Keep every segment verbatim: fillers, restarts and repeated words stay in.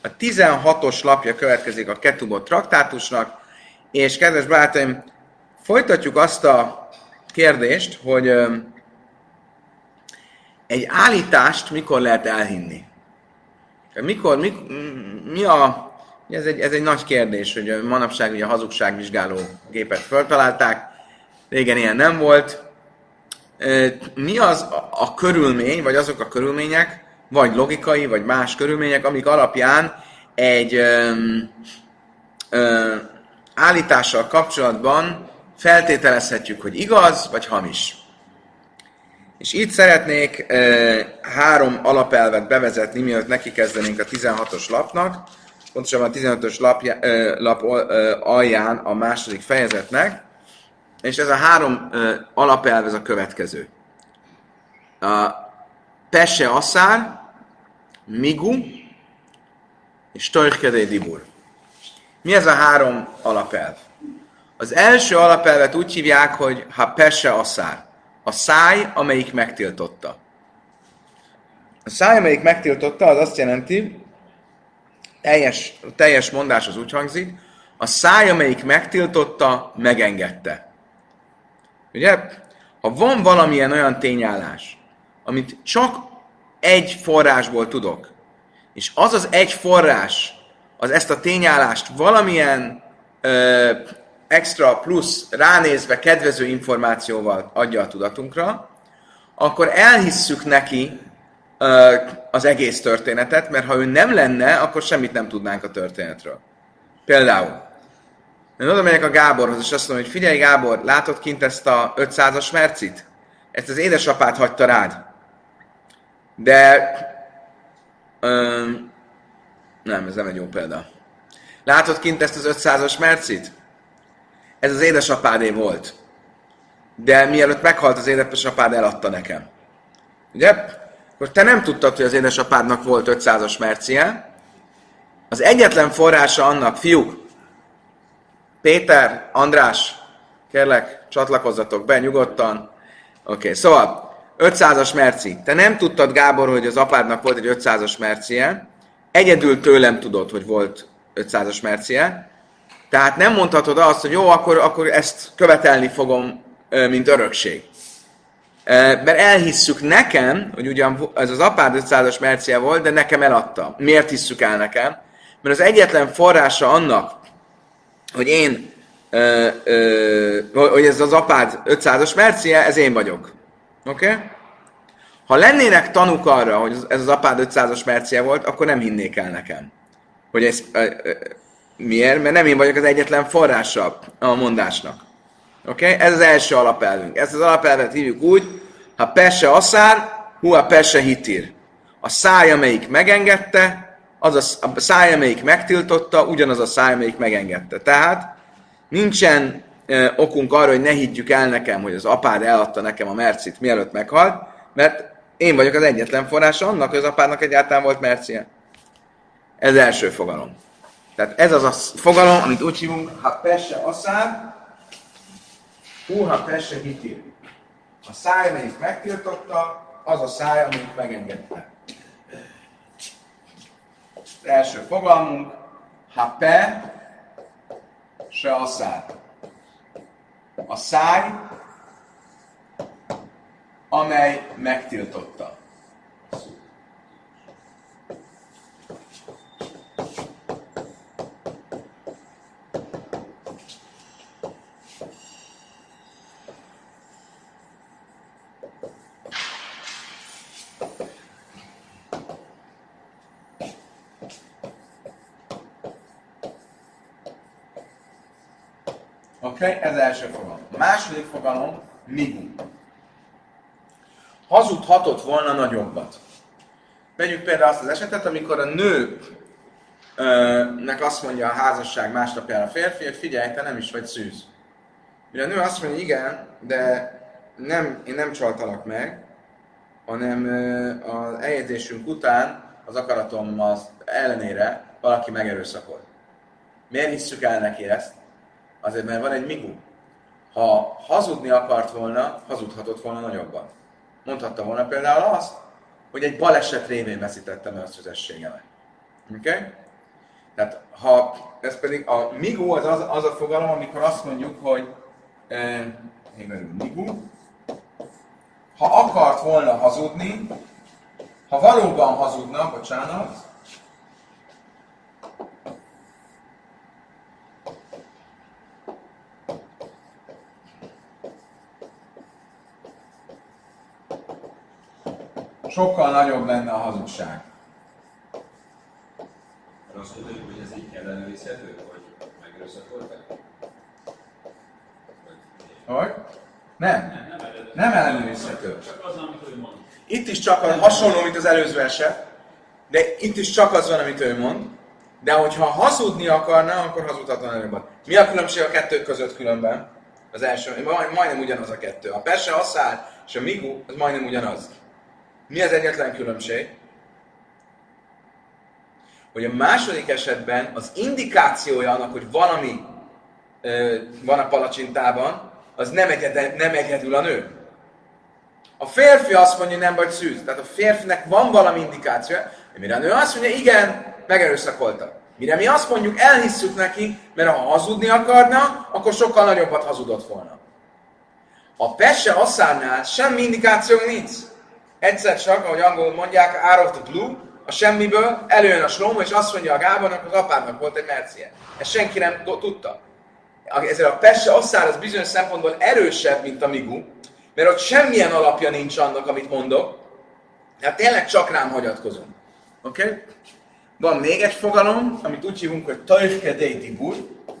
A tizenhatos lapja következik a Ketubot traktátusnak, és kedves barátaim, folytatjuk azt a kérdést, hogy ö, egy állítást mikor lehet elhinni. Mikor, mi, mi a... Ez egy, ez egy nagy kérdés, hogy manapság ugye a hazugságvizsgáló gépet feltalálták, régen ilyen nem volt. Mi az a, a körülmény, vagy azok a körülmények, vagy logikai, vagy más körülmények, amik alapján egy ö, ö, állítással kapcsolatban feltételezhetjük, hogy igaz, vagy hamis. És itt szeretnék ö, három alapelvet bevezetni, mielőtt neki kezdenénk a tizenhatos lapnak, pontosabban a tizenötös lapja, ö, lap ö, alján a második fejezetnek, és ez a három ö, alapelv ez a következő. A Pese Asszár, Migu és Torkedé Dibur. Mi ez a három alapelv? Az első alapelvet úgy hívják, hogy ha Pese Asszár. A száj, amelyik megtiltotta. A száj, amelyik megtiltotta, az azt jelenti, teljes, teljes mondás az úgy hangzik, a száj, amelyik megtiltotta, megengedte. Ugye? Ha van valamilyen olyan tényállás, amit csak egy forrásból tudok, és az az egy forrás, az ezt a tényállást valamilyen ö, extra plusz ránézve kedvező információval adja a tudatunkra, akkor elhisszük neki ö, az egész történetet, mert ha ő nem lenne, akkor semmit nem tudnánk a történetről. Például, én oda megyek a Gáborhoz, és azt mondom, hogy figyelj Gábor, látod kint ezt a ötszázas mercit? Ezt az édesapád hagyta rád. De... Ö, nem, ez nem egy jó példa. Látod kint ezt az ötszázas mercit? Ez az édesapádé volt. De mielőtt meghalt az édesapád, eladta nekem. Ugye? Akkor te nem tudtad, hogy az édesapádnak volt ötszázas mercie. Az egyetlen forrása annak, fiúk, Péter, András, kérlek, csatlakozzatok be nyugodtan. Oké, okay, szóval ötszázas merci. Te nem tudtad, Gábor, hogy az apádnak volt egy ötszázas mercie. Egyedül tőlem tudod, hogy volt ötszázas mercie. Tehát nem mondhatod azt, hogy jó, akkor, akkor ezt követelni fogom, mint örökség. Mert elhisszük nekem, hogy ugyan ez az apád ötszázas mercie volt, de nekem eladta. Miért hisszük el nekem? Mert az egyetlen forrása annak, hogy én, ö, ö, hogy ez az apád ötszázas mercie, ez én vagyok. Oké? Okay? Ha lennének tanúk arra, hogy ez az apád ötszázas mercie volt, akkor nem hinnék el nekem. Hogy ez, ö, ö, miért? Mert nem én vagyok az egyetlen forrása a mondásnak. Oké? Okay? Ez az első alapelvünk. Ezt az alapelvet hívjuk úgy, ha Pese Asszár, hua Pese Hitir. A száj, amelyik megengedte, az a száj, amelyik megtiltotta, ugyanaz a száj, amelyik megengedte. Tehát nincsen e, okunk arra, hogy ne higgyük el nekem, hogy az apád eladta nekem a mercit, mielőtt meghalt, mert én vagyok az egyetlen forrása annak, hogy az apádnak egyáltalán volt mercie. Ez az első fogalom. Tehát ez az a fogalom, amit úgy hívunk, ha Pese Asszár, hú, ha Pese Hitir. A száj, amelyik megtiltotta, az a száj, amelyik megengedte. Az első fogalmunk, ha pe, se asszár. A száj, amely megtiltotta. Oké, okay? Ez első fogalom. A második fogalom, migu. Hazudhatott volna nagyobbat. Vegyük például azt az esetet, amikor a nőnek azt mondja a házasság másnapjára a férfi, hogy figyelj, te nem is vagy szűz. Mire a nő azt mondja, igen, de nem, én nem csaltalak meg, hanem az eljegyzésünk után az akaratom az ellenére valaki megerőszakolt. Miért hisszük el neki ezt? Azért, mert van egy migu. Ha hazudni akart volna, hazudhatott volna nagyobban. Mondhatta volna például azt, hogy egy baleset révén veszítettem el a szüzességemet. Oké? Okay? Tehát ha, ez pedig a migu az, az, az a fogalom, amikor azt mondjuk, hogy eh, migu, ha akart volna hazudni, ha valóban hazudna, bocsánat, sokkal nagyobb lenne a hazugság. Azt tudjuk, hogy ez így ellenőrizhető, hogy megerőszakolták? Hogy? Nem. Nem ellenőrizhető. Csak az, amit ő mond. Itt is csak a, hasonló, mint az előző eset, de itt is csak az van, amit ő mond. De hogyha hazudni akarna, akkor hazudhatna előbb. Mi a különbség a kettő között különben? Az első, majdnem ugyanaz a kettő. A Pesse Asszár és a Migu, az majdnem ugyanaz. Mi az egyetlen különbség? Hogy a második esetben az indikációja annak, hogy valami ö, van a palacsintában, az nem, egyed, nem egyedül a nő. A férfi azt mondja, hogy nem vagy szűz. Tehát a férfinek van valami indikációja, mire a nő azt mondja, igen, megerőszakolta. Mire mi azt mondjuk, elhisszük neki, mert ha hazudni akarna, akkor sokkal nagyobbat hazudott volna. A Pesse Asszárnál semmi indikációnk nincs. Egyszer csak, ahogy angolul mondják, out of the blue, a semmiből előjön a slóma, és azt mondja a Gábornak, az apádnak volt egy mercie. Ezt senki nem tudta. Ezért a Pesse Asszár az bizonyos szempontból erősebb, mint a Migu, mert ott semmilyen alapja nincs annak, amit mondok. Hát tényleg csak rám hagyatkozunk. Oké? Okay? Van még egy fogalom, amit úgy hívunk, hogy Tajfkedei Dibur.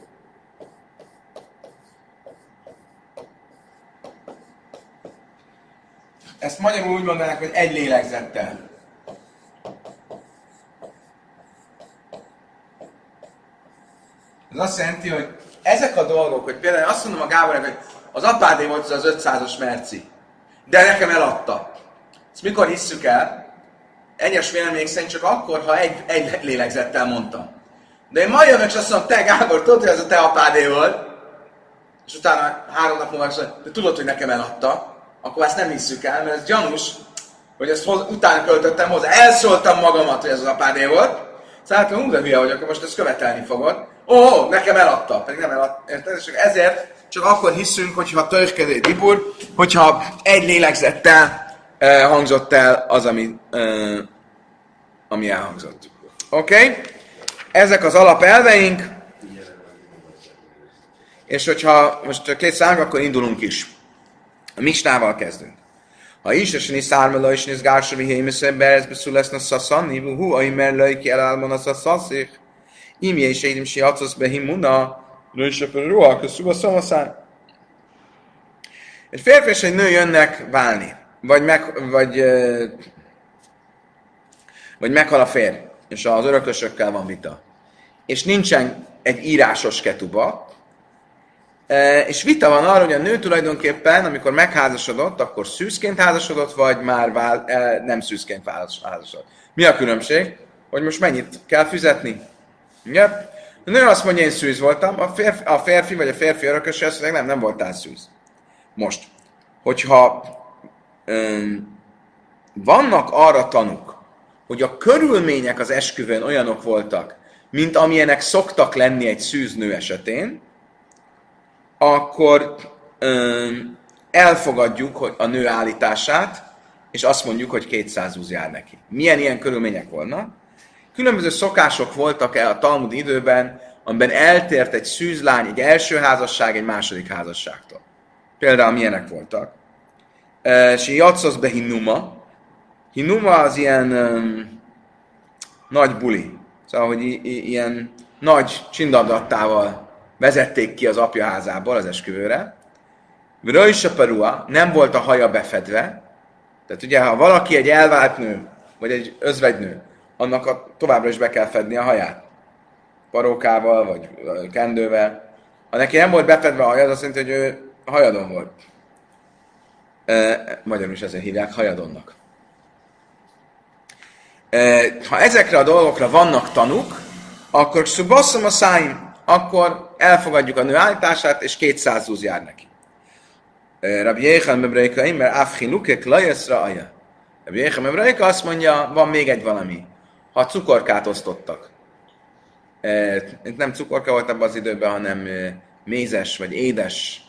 Ezt magyarul úgy mondanák, hogy egy lélegzettel. Ez azt jelenti, hogy ezek a dolgok, hogy például azt mondom a Gábornak, hogy az apádé volt az ötszázas merci, de nekem eladta. Ezt mikor hisszük el? Egyes vélemények szerint csak akkor, ha egy, egy lélegzettel mondtam. De én majd jövök, és azt mondom, te Gábor, tudod, hogy ez a te apádé volt? És utána három nap múlva azt mondom, de tudod, hogy nekem eladta? Akkor ezt nem hisszük el, mert ez gyanús, hogy ezt hoz, utána költöttem hozzá. Elszóltam magamat, hogy ez az apádé volt. Szóval, hú, de hülye vagyok, akkor most ezt követelni fogod. Ó, oh, nekem eladta, pedig nem eladta. És ezért csak akkor hiszünk, hogyha Tajfkedei Dibur, hogyha egy lélegzettel eh, hangzott el az, ami, eh, ami elhangzott. Oké? Okay? Ezek az alapelveink. És hogyha most két szám, akkor indulunk is. A Misnával kezdünk. Ha is, és ni szármala, és néz gársavi hémészre, berezbeszül lesz a szaszani, hú, a immerlői ki elálmon a szaszaszik. Imje is édim si hacasz be himuna, rősöpör ruha, köszúba szavaszán. Egy férfi és egy nő jönnek válni, vagy, meg, vagy, vagy meghal a férj, és az örökösökkel van vita. És nincsen egy írásos ketuba, és vita van arra, hogy a nő tulajdonképpen, amikor megházasodott, akkor szűzként házasodott, vagy már vál, nem szűzként házasodott. Mi a különbség? Hogy most mennyit kell fizetni? Yep. A nő azt mondja, én szűz voltam, a férfi, a férfi vagy a férfi örökös azt mondja, nem, nem voltál szűz. Most, hogyha öm, vannak arra tanúk, hogy a körülmények az esküvőn olyanok voltak, mint amilyenek szoktak lenni egy szűz nő esetén, akkor öm, elfogadjuk hogy a nő állítását, és azt mondjuk, hogy kétszáz húsz jár neki. Milyen ilyen körülmények volnak? Különböző szokások voltak-e a talmudi időben, amiben eltért egy szűzlány, egy első házasság, egy második házasságtól. Például milyenek voltak? Si jatszosz be hinuma. Hinuma az ilyen um, nagy buli. Szóval, hogy i- i- ilyen nagy csindabdattával vezették ki az apja házából az esküvőre. Vröjsaparua, nem volt a haja befedve. Tehát ugye, ha valaki egy elvált nő, vagy egy özvegynő, annak a, továbbra is be kell fedni a haját. Parókával, vagy kendővel. Ha neki nem volt befedve a haja, az azt jelenti, hogy ő hajadon volt. E, magyarul is ezért hívják hajadonnak. E, ha ezekre a dolgokra vannak tanúk, akkor szubasszom a száim, akkor elfogadjuk a nő állítását, és kétszáz húsz jár neki. Rabbi Jéhan Mebreikaim, mert Afchinukek lajeszra aja. Rabbi Jéhan Mebreika azt mondja, van még egy valami. Ha cukorkát osztottak, Itt nem cukorka volt abban az időben, hanem mézes vagy édes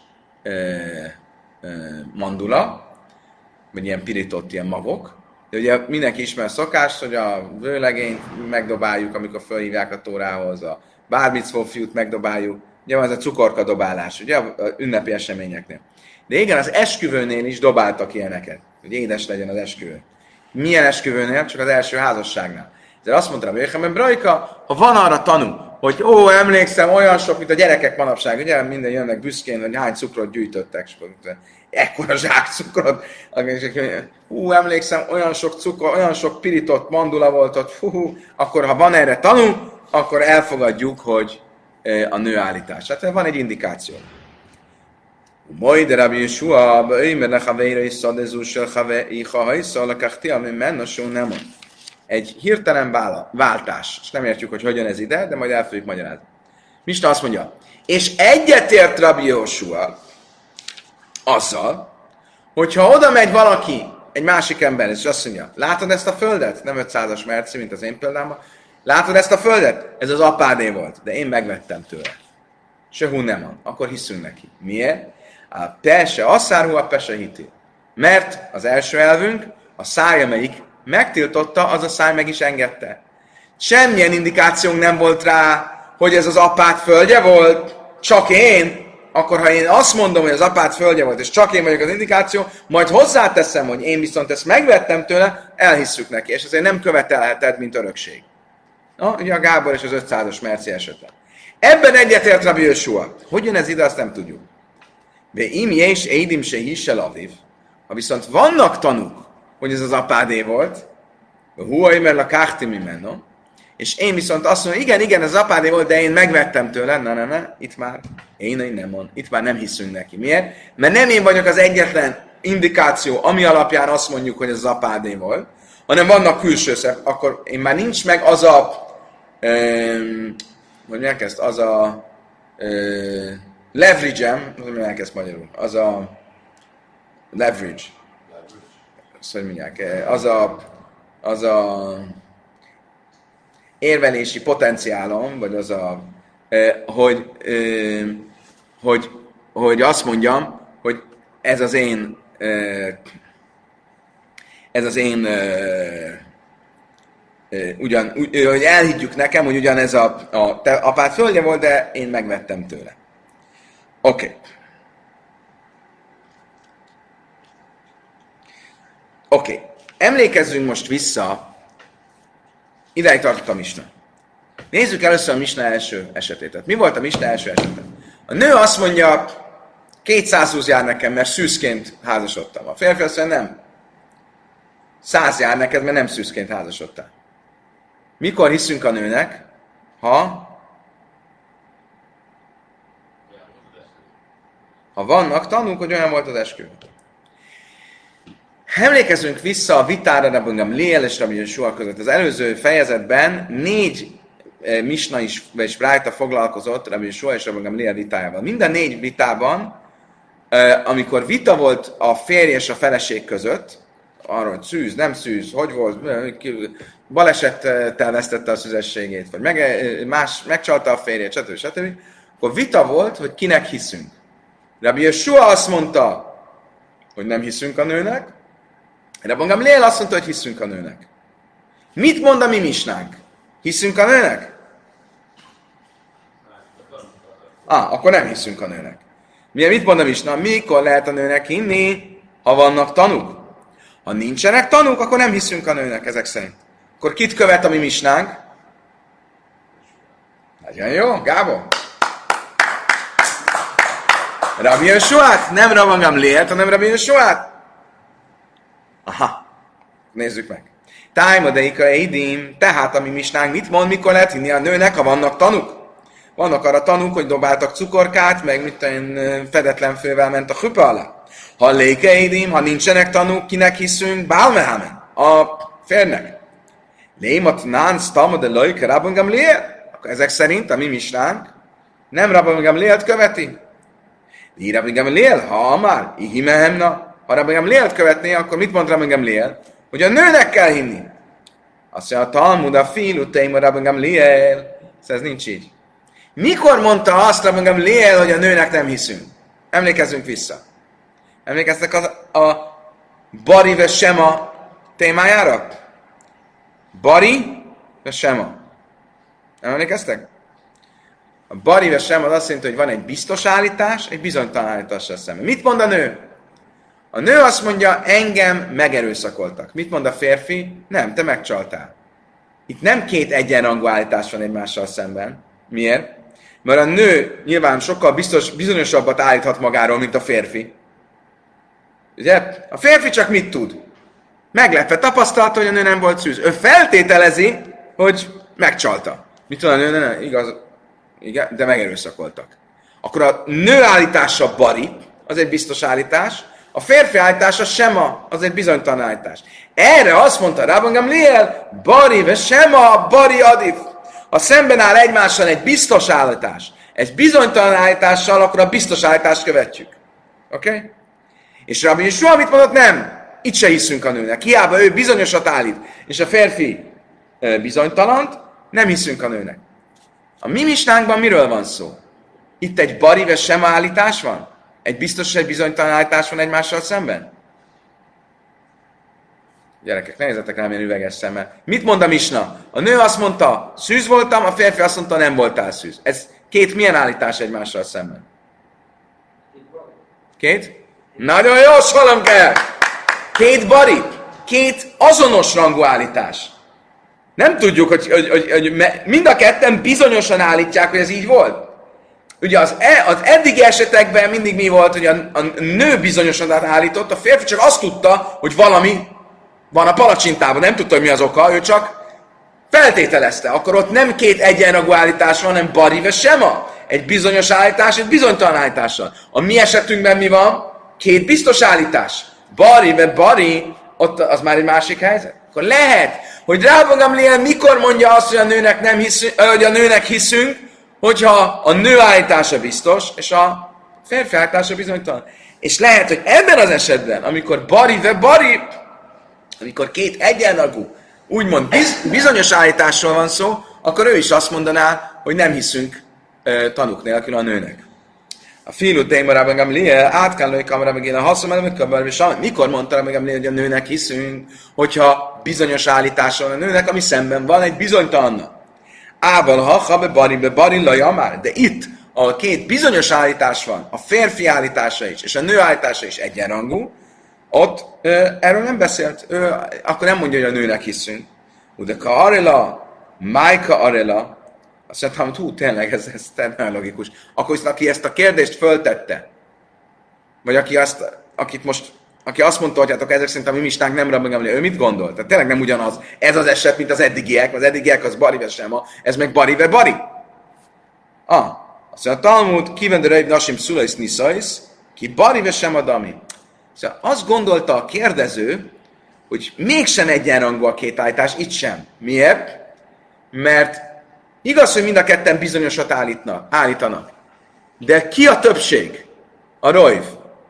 mandula, vagy ilyen pirított ilyen magok. De ugye mindenki ismer szokást, hogy a vőlegényt megdobáljuk, amikor felhívják a Tórához, a bármicvó fiút megdobáljuk. Ugye van ez a cukorka dobálás, ugye a ünnepi eseményeknél. De igen, az esküvőnél is dobáltak ilyeneket, hogy édes legyen az esküvő. Milyen esküvőnél? Csak az első házasságnál. Ezért azt mondtam, hogy Jöjjön Brajka, ha van arra tanú, hogy ó, emlékszem, olyan sok, mint a gyerekek manapság, ugye minden jönnek büszkén, hogy hány cukrot gyűjtöttek, ekkora zsák cukrot, hú, emlékszem, olyan sok cukor, olyan sok pirított mandula volt ott, hú, hú, akkor ha van erre tanú, akkor elfogadjuk, hogy a nő állítás. Tehát van egy indikáció. Majd Rabbi Yeshua, bőjmer lechaveira is szadezúsel haveiha hajszal, lakachti, ami mennosó nem mond. Egy hirtelen váltás. És nem értjük, hogy hogyan ez ide, de majd el fogjuk magyarázni. Misna azt mondja, és egyetért Rabbi Yeshua azzal, hogyha oda megy valaki, egy másik ember, és azt mondja, látod ezt a földet? Nem ötszázas merci, mint az én példámban. Látod ezt a földet? Ez az apádé volt, de én megvettem tőle. Se hú nem van. Akkor hiszünk neki. Miért? A perse asszárhú, a perse hiti. Mert az első elvünk, a száj, amelyik megtiltotta, az a száj meg is engedte. Semmilyen indikációnk nem volt rá, hogy ez az apád földje volt, csak én. Akkor ha én azt mondom, hogy az apád földje volt, és csak én vagyok az indikáció, majd hozzáteszem, hogy én viszont ezt megvettem tőle, elhisszük neki, és ezért nem követelheted, mint örökség. Na, ugye a Gábor és az ötszázas merci esete. Ebben egyetért Rabbi Yeshua. Hogy jön ez ide, azt nem tudjuk. De im és édim se hissel aviv. Ha viszont vannak tanúk, hogy ez az apádé volt, huai mert a káhtimi menno, és én viszont azt mondom, igen, igen, ez az apádé volt, de én megvettem tőle, na, na, na, itt már én, én nem mond, itt már nem hiszünk neki. Miért? Mert nem én vagyok az egyetlen indikáció, ami alapján azt mondjuk, hogy ez az apádé volt, hanem vannak külső szem, akkor én már nincs meg az a, um, hogy mondják ezt, az a uh, leverage-em, hogy mondják ezt magyarul, az a leverage, azt hogy mondják, az a, az a érvelési potenciálom, vagy az a, hogy, hogy, hogy azt mondjam, hogy ez az én, ez az én, ugyan, hogy elhiggyük nekem, hogy ugyanez a, a te apád földje volt, de én megvettem tőle. Oké. Okay. Oké. Okay. Emlékezzünk most vissza. Ideig tartott a misna. Nézzük először a misna első esetét. Tehát mi volt a misna első esete? A nő azt mondja, kétszázhúsz jár nekem, mert szűzként házasodtam. A férfi azt mondja, nem. száz jár neked, mert nem szűzként házasodtál. Mikor hiszünk a nőnek? Ha ha vannak tanúk, hogy olyan volt az esküvő. Emlékezzünk vissza a vitára Rabbi Gamliel és Rabbi Yeshua között. Az előző fejezetben négy eh, misna is, és brájta foglalkozott Rabbi Yeshua és Rabbi Gamliel vitájával. Minden négy vitában, eh, amikor vita volt a férj és a feleség között, arról, hogy szűz, nem szűz, hogy volt, balesettel vesztette a szüzességét, vagy meg, más, megcsalta a férjét, stb. stb. Akkor vita volt, hogy kinek hiszünk. Rabbi Yeshua azt mondta, hogy nem hiszünk a nőnek, Rabbi Gamliel azt mondta, hogy hiszünk a nőnek. Mit mond a mi misnánk? Hiszünk a nőnek? Ah, akkor nem hiszünk a nőnek. Milyen mit mond a misna? Mikor lehet a nőnek hinni, ha vannak tanúk? Ha nincsenek tanúk, akkor nem hiszünk a nőnek ezek szerint. Akkor kit követ a mi misnánk? Nagyon jó, Gábor? Rabbi Yeshuát? Nem Rabbi Gamlielt, hanem Rabbi Yeshuát. Aha, nézzük meg. Tájmadeika eidim, tehát a mi misnánk mit mond, mikor lehet hinni a nőnek, ha vannak tanúk? Vannak arra tanúk, hogy dobáltak cukorkát, meg mit olyan fedetlen fővel ment a hüpe alá. Ha lékeidim, ha nincsenek tanúk, kinek hiszünk? Bálmehámen, a férnek. Lémat nánc tamad a lajka Rabbi Gamliel. Akkor ezek szerint a mi misnánk nem Rabbi Gamlielt követi. Di Rabbi Gamliel, ha már, ihimehemna. Ha Rabbi Gamlielt követné, akkor mit mond Rabbi Gamliel? Hogy a nőnek kell hinni. Azt mondja, a Talmud a filu teima Rabbi Gamliel. Szóval ez nincs így. Mikor mondta azt Rabban Gamliel, hogy a nőnek nem hiszünk? Emlékezzünk vissza. Emlékeztek az, a Bari ve Sema témájára? Bari ve Sema. Nem emlékeztek? A Bari ve Sema az azt jelenti, hogy van egy biztos állítás, egy bizonytalan állítással szemben. Mit mond a nő? A nő azt mondja, engem megerőszakoltak. Mit mond a férfi? Nem, te megcsaltál. Itt nem két egyenrangú állítás van egymással szemben. Miért? Mert a nő nyilván sokkal biztos, bizonyosabbat állíthat magáról, mint a férfi. Ugye? A férfi csak mit tud? Meglepve tapasztalta, hogy a nő nem volt szűz. Ő feltételezi, hogy megcsalta. Mit tud a nő? Nem, igaz, igen, de megerőszakoltak. Akkor a nő állítása Bari, az egy biztos állítás, a férfi állítása Sema, az egy bizonytalan állítás. Erre azt mondta Rabban Gamliel, Bari ve Sema, Bari adif. Ha szemben áll egymással egy biztos állítás, egy bizonytalan állítással, akkor a biztos állítást követjük. Oké? Okay? És Rabbi Yeshua mit mondott? Nem. Itt se hiszünk a nőnek. Hiába ő bizonyosat állít, és a férfi bizonytalant, nem hiszünk a nőnek. A mi misnánkban miről van szó? Itt egy Bari ve Sema állítás van? Egy biztos, egy bizonytalan állítás van egymással szemben? Gyerekek, ne nézzetek rám ilyen üveges szemmel. Mit mond a misna? A nő azt mondta, szűz voltam, a férfi azt mondta, nem voltál szűz. Ez két milyen állítás egymással szemben? Két? Nagyon jó, salom kell! Két Bari, két azonos rangú állítás. Nem tudjuk, hogy, hogy, hogy, hogy mind a ketten bizonyosan állítják, hogy ez így volt. Ugye az, e, az eddigi esetekben mindig mi volt, hogy a, a nő bizonyosan állított, a férfi csak azt tudta, hogy valami van a palacsintában, nem tudta, hogy mi az oka, ő csak feltételezte. Akkor ott nem két egyenrangú állítás van, hanem Bari ve Sema. Egy bizonyos állítás, egy bizonytalan állítással. A mi esetünkben mi van? Két biztos állítás. Bari ve Bari, ott az már egy másik helyzet. Akkor lehet, hogy Rabban Gamliel mikor mondja azt, hogy a nőnek, nem hiszünk, hogy a nőnek hiszünk, hogyha a nő állítása biztos, és a férfi állítása bizonytalan. És lehet, hogy ebben az esetben, amikor Bari ve Bari, amikor két egyenrangú, úgymond biz, bizonyos állításról van szó, akkor ő is azt mondaná, hogy nem hiszünk e, tanúk nélkül a nőnek. A fiú téma Rabban Gamliel, átkálói kamera megint a haszonmelem, mikor mondta Rabban Gamliel, hogy a nőnek hiszünk, hogyha bizonyos állítása van a nőnek, ami szemben van egy bizonytalannak. Ával ha, ha be bari, be bari, laja már. De itt, ahol két bizonyos állítás van, a férfi állítása is, és a nő állítása is egyenrangú, ott ö, erről nem beszélt. Ö, akkor nem mondja, hogy a nőnek hiszünk. De ka arela, májka arela, azt mondtam, hogy hú, tényleg ez, ez nem logikus. Akkor viszont, aki ezt a kérdést föltette, vagy aki, azt, akit most, aki azt mondta, hogy hát ezek szerint a mi mistánk nem Rabban Gamliel, ő mit gondol? Tehát tényleg nem ugyanaz ez az eset, mint az eddigiek. Az eddigiek az Bari ve Sema, ez meg Bari ve Bari. Ah, azt mondja, a Talmud, kivendőre nasim szulajsz niszajsz, ki Bari ve Sema dami. Szóval azt gondolta a kérdező, hogy mégsem egyenrangú a két állítás, itt sem. Miért? Mert igaz, hogy mind a ketten bizonyosat állítnak, állítanak. De ki a többség? A rojv.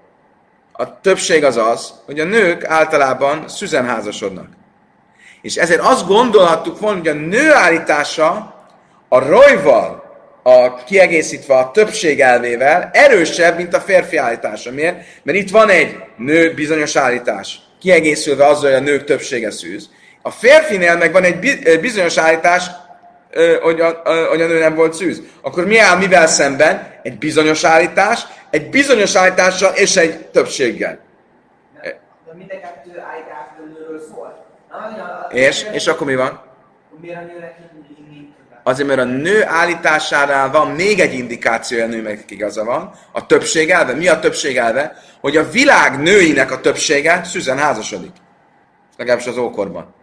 A többség az az, hogy a nők általában szüzen házasodnak. És ezért azt gondolhattuk volna, hogy a nő állítása a rojval, a kiegészítve a többség elvével erősebb, mint a férfi állítása. Miért? Mert itt van egy nő bizonyos állítás, kiegészülve azzal, hogy a nők többsége szűz. A férfinél meg van egy bizonyos állítás, hogy a, hogy a nő nem volt szűz. Akkor mi áll mivel szemben? Egy bizonyos állítás, egy bizonyos állítással és egy többséggel. De, de mind a kettő állítás a nőről szól. És? És akkor mi van? Miért a nőnek Azért, mert a nő állításánál van még egy indikáció, a nőnek igaza van. A többség elve. Mi a többség elve? Hogy a világ nőinek a többsége szűzen házasodik. Legalábbis az ókorban.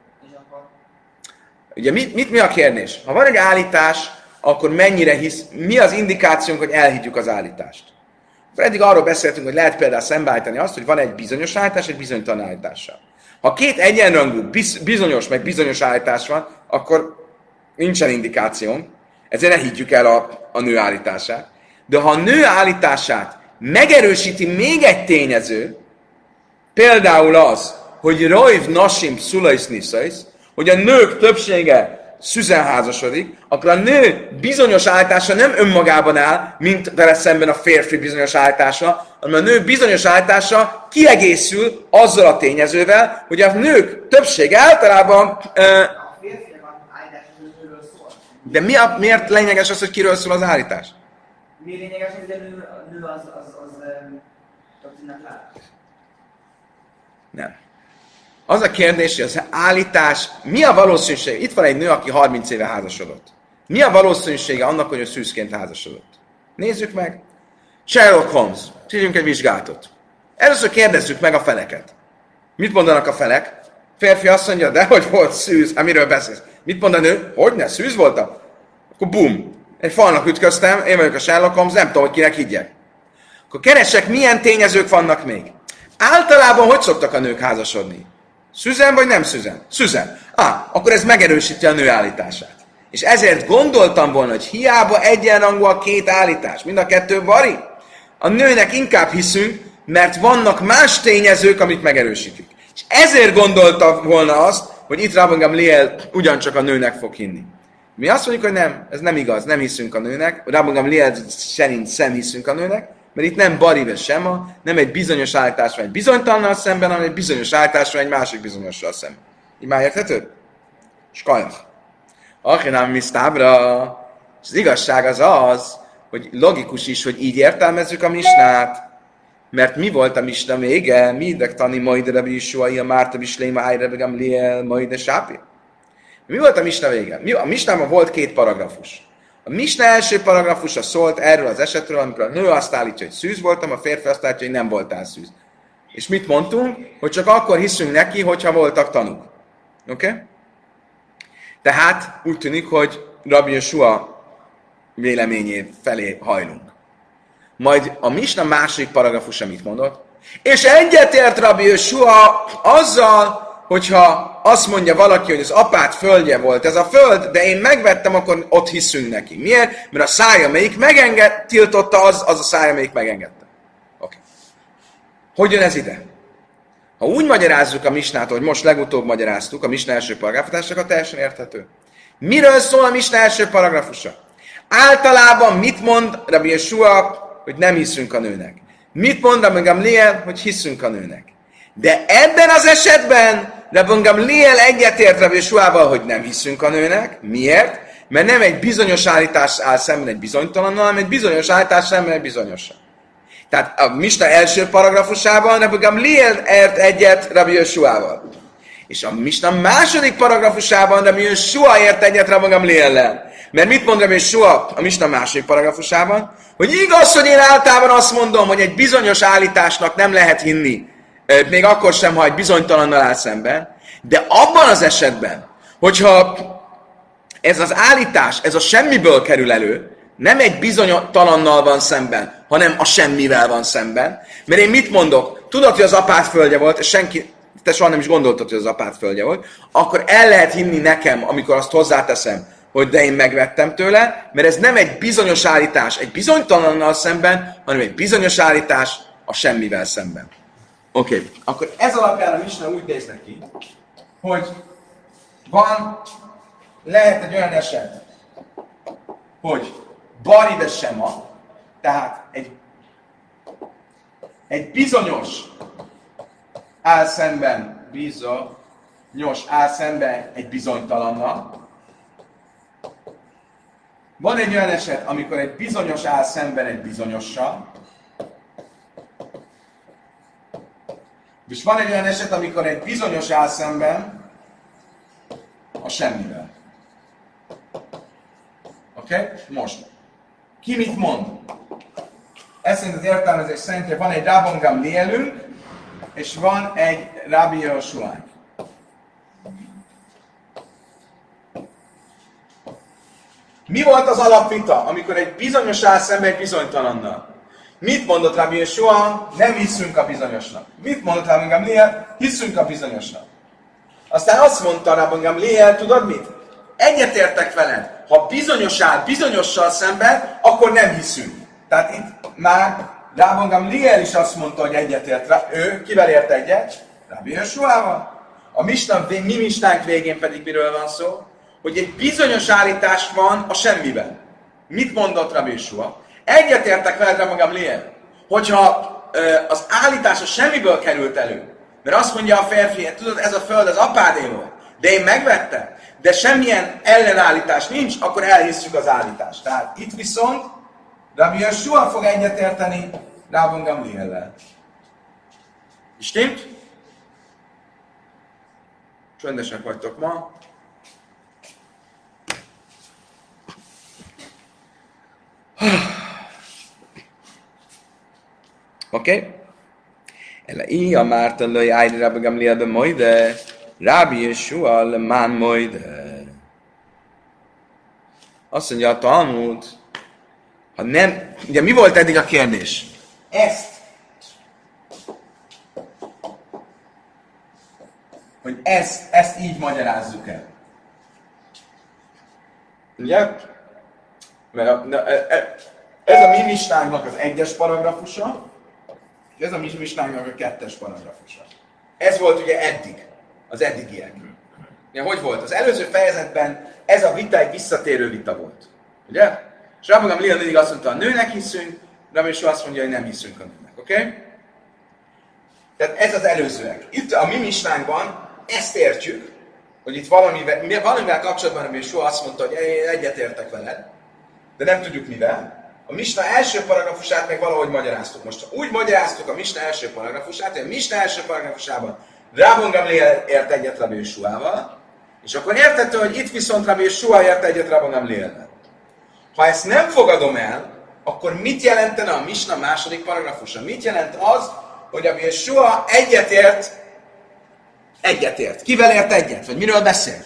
Ugye mit, mit mi a kérdés? Ha van egy állítás, akkor mennyire hisz, mi az indikációnk, hogy elhiggyük az állítást? Akkor eddig arról beszéltünk, hogy lehet például szembeállítani azt, hogy van egy bizonyos állítás, egy bizonytalan állítással. Ha két egyenrangú, bizonyos meg bizonyos állítás van, akkor nincsen indikációnk, ezért ne higgyük el a, a nő állítását. De ha a nő állítását megerősíti még egy tényező, például az, hogy rojv nasim szulajsz niszajsz, hogy a nők többsége szüzen házasodik, akkor a nő bizonyos állítása nem önmagában áll, mint vele szemben a férfi bizonyos állítása, hanem a nő bizonyos állítása kiegészül azzal a tényezővel, hogy a nők többsége általában... Uh, A férfiak állítás nőről szól. de mi a, miért lényeges az, hogy kiről szól az állítás? Mi lényeges, hogy a nő, a nő az, az, az, az lát? Nem. Az a kérdés, hogy az állítás, mi a valószínűség? Itt van egy nő, aki harminc éve házasodott. Mi a valószínűsége annak, hogy ő szűzként házasodott? Nézzük meg. Sherlock Holmes. Csináljunk egy vizsgálatot. Először kérdezzük meg a feleket. Mit mondanak a felek? Férfi azt mondja, de hogy volt szűz? Hát miről beszélsz? Mit mond a nő? Hogyne, szűz voltam? Akkor bum. Egy falnak ütköztem, én vagyok a Sherlock Holmes, nem tudom, hogy kinek higgyek. Akkor keresek, milyen tényezők vannak még. Általában hogy szoktak a nők házasodni? Szüzen vagy nem szüzen? Szüzen. Ah, akkor ez megerősíti a nő állítását. És ezért gondoltam volna, hogy hiába egyenrangú a két állítás, mind a kettő bari, a nőnek inkább hiszünk, mert vannak más tényezők, amik megerősítik. És ezért gondoltam volna azt, hogy itt Rabban Gamliel ugyancsak a nőnek fog hinni. Mi azt mondjuk, hogy nem, ez nem igaz, nem hiszünk a nőnek, Rabban Gamliel szerint sem hiszünk a nőnek, mert itt nem barive sem, nem egy bizonyos állítás van egy bizonytalannal szemben, hanem egy bizonyos állítás van egy másik bizonyossal szemben. Így már érthető? Skajach. Achinám misztábra. Az igazság az az, hogy logikus is, hogy így értelmezzük a misnát. Mert mi volt a misna vége? Mi ideg tani majd Rabbi Yishuai, a Márta Bisléma, Rabbi Gamliel, majd a Sápi? Mi volt a misna vége? A misnában volt két paragrafus. A misna első paragrafusa szólt erről az esetről, amikor a nő azt állítja, hogy szűz voltam, a férfi azt állítja, hogy nem voltál szűz. És mit mondtunk? Hogy csak akkor hiszünk neki, hogyha voltak tanúk. Oké? Okay? Tehát úgy tűnik, hogy Rabbi Yeshua véleményé felé hajlunk. Majd a misna második paragrafusa mit mondott? És egyetért Rabbi Yeshua azzal, hogyha azt mondja valaki, hogy az apát földje volt ez a föld, de én megvettem, akkor ott hiszünk neki. Miért? Mert a szája, amelyik megenged, tiltotta, az, az a szája, amelyik megengedte. Oké. Okay. Hogy jön ez ide? Ha úgy magyarázzuk a misnát, hogy most legutóbb magyaráztuk, a misna első paragrafusát, akkor teljesen érthető. Miről szól a misna első paragrafusa? Általában mit mond Rabbi Yeshua, hogy nem hiszünk a nőnek? Mit mond Rabbi Gamliel, hogy hiszünk a nőnek? De ebben az esetben Rabbi Gamliel egyetért Rabbi Yeshuával, hogy nem hiszünk a nőnek. Miért? Mert nem egy bizonyos állítás áll szemben egy bizonytalannal, hanem egy bizonyos állítás szemben egy bizonyossal. Tehát a misna első paragrafusában Rabbi Gamliel ért egyet Rabbi Yeshuával. És a misna második paragrafusában Rabbi Yeshua ért egyet Rabbi Gamliellel. Mert mit mond Rabbi Yeshua a misna második paragrafusában? Hogy igaz, hogy én általában azt mondom, hogy egy bizonyos állításnak nem lehet hinni, még akkor sem, ha egy bizonytalannal áll szemben, de abban az esetben, hogyha ez az állítás, ez a semmiből kerül elő, nem egy bizonytalannal van szemben, hanem a semmivel van szemben, mert én mit mondok? Tudod, hogy az apád földje volt, és senki, te soha nem is gondoltad, hogy az apád földje volt, akkor el lehet hinni nekem, amikor azt hozzáteszem, hogy de én megvettem tőle, mert ez nem egy bizonyos állítás egy bizonytalannal szemben, hanem egy bizonyos állítás a semmivel szemben. Oké, okay. Akkor ez alapján a misna úgy néz neki, hogy van, lehet egy olyan eset, hogy bari de sema, tehát egy, egy bizonyos áll szemben, bizonyos áll szemben egy bizonytalannal. Van egy olyan eset, amikor egy bizonyos áll szemben egy bizonyossal, és van egy olyan eset, amikor egy bizonyos áll szemben a semmivel. Oké? Okay? Most. Ki mit mond? Ez szerint az értelmezés szerint, hogy van egy Rabban Gamlielünk, és van egy Rabbi Yeshuánk. Mi volt az alapvita, amikor egy bizonyos áll szemben egy bizonytalannal? Mit mondott Rabbi Yeshua? Nem hiszünk a bizonyosnak. Mit mondott Rabban Gamliel? Hiszünk a bizonyosnak. Aztán azt mondta Rabban Gamliel, tudod mit? Egyetértek veled. Ha bizonyos áll bizonyossal szemben, akkor nem hiszünk. Tehát itt már Rabban Gamliel is azt mondta, hogy egyetért. Ő kivel ért egyet? Rabbi Yeshuával. A misna, mi misnánk végén pedig miről van szó? hogy egy bizonyos állítás van a semmiben. Mit mondott Rabbi Yeshua? Egyetértek veled, Rabbi Gamliel, hogyha ö, az állítás a semmiből került elő, mert azt mondja a férfi, tudod, ez a föld az apádé volt, de én megvettem, de semmilyen ellenállítás nincs, akkor elhisszük az állítást. Tehát itt viszont Rabbi Yeshua fog egyetérteni Rabbi Gamliellel. Stimmt? Csöndesek vagytok ma. Oké? Okay. Ele ia Márton löj ájri Rabbi Gamlielbe moide, Rabbi Yeshua le man moide. Azt mondja a Talmud, ha nem... Ugye mi volt eddig a kérdés? Ezt. Hogy ezt, ezt így magyarázzuk el. Ugye? Mert a, na, ez a mi misnánknak az egyes paragrafusa, és ez a mi misnánknak a kettes paragrafusa. Ez volt ugye eddig, az eddigiek. Ja, hogy volt? Az előző fejezetben ez a vita egy visszatérő vita volt. Ugye? És Rabbi Gamliel mindig azt mondta, a nőnek hiszünk, Rabbi Yeshua azt mondja, hogy nem hiszünk a nőnek. Oké? Okay? Tehát ez az előzőek. Itt a mi misnánkban ezt értjük, hogy itt valamivel, valamivel kapcsolatban Rabbi Yeshua azt mondta, hogy én egyetértek veled, de nem tudjuk mivel. A misna első paragrafusát meg valahogy magyaráztuk. Most úgy magyaráztuk a misna első paragrafusát, hogy a misna első paragrafusában Rabbi Gamliel ért egyet Rabbi Yeshuával, és akkor értető, hogy itt viszont Rabbi Yeshua ért egyet Rabbi Gamliellel. Ha ezt nem fogadom el, akkor mit jelentene a misna második paragrafusa? Mit jelent az, hogy Rabbi Yeshua egyetért, egyetért. Kivel ért egyet? Vagy miről beszél?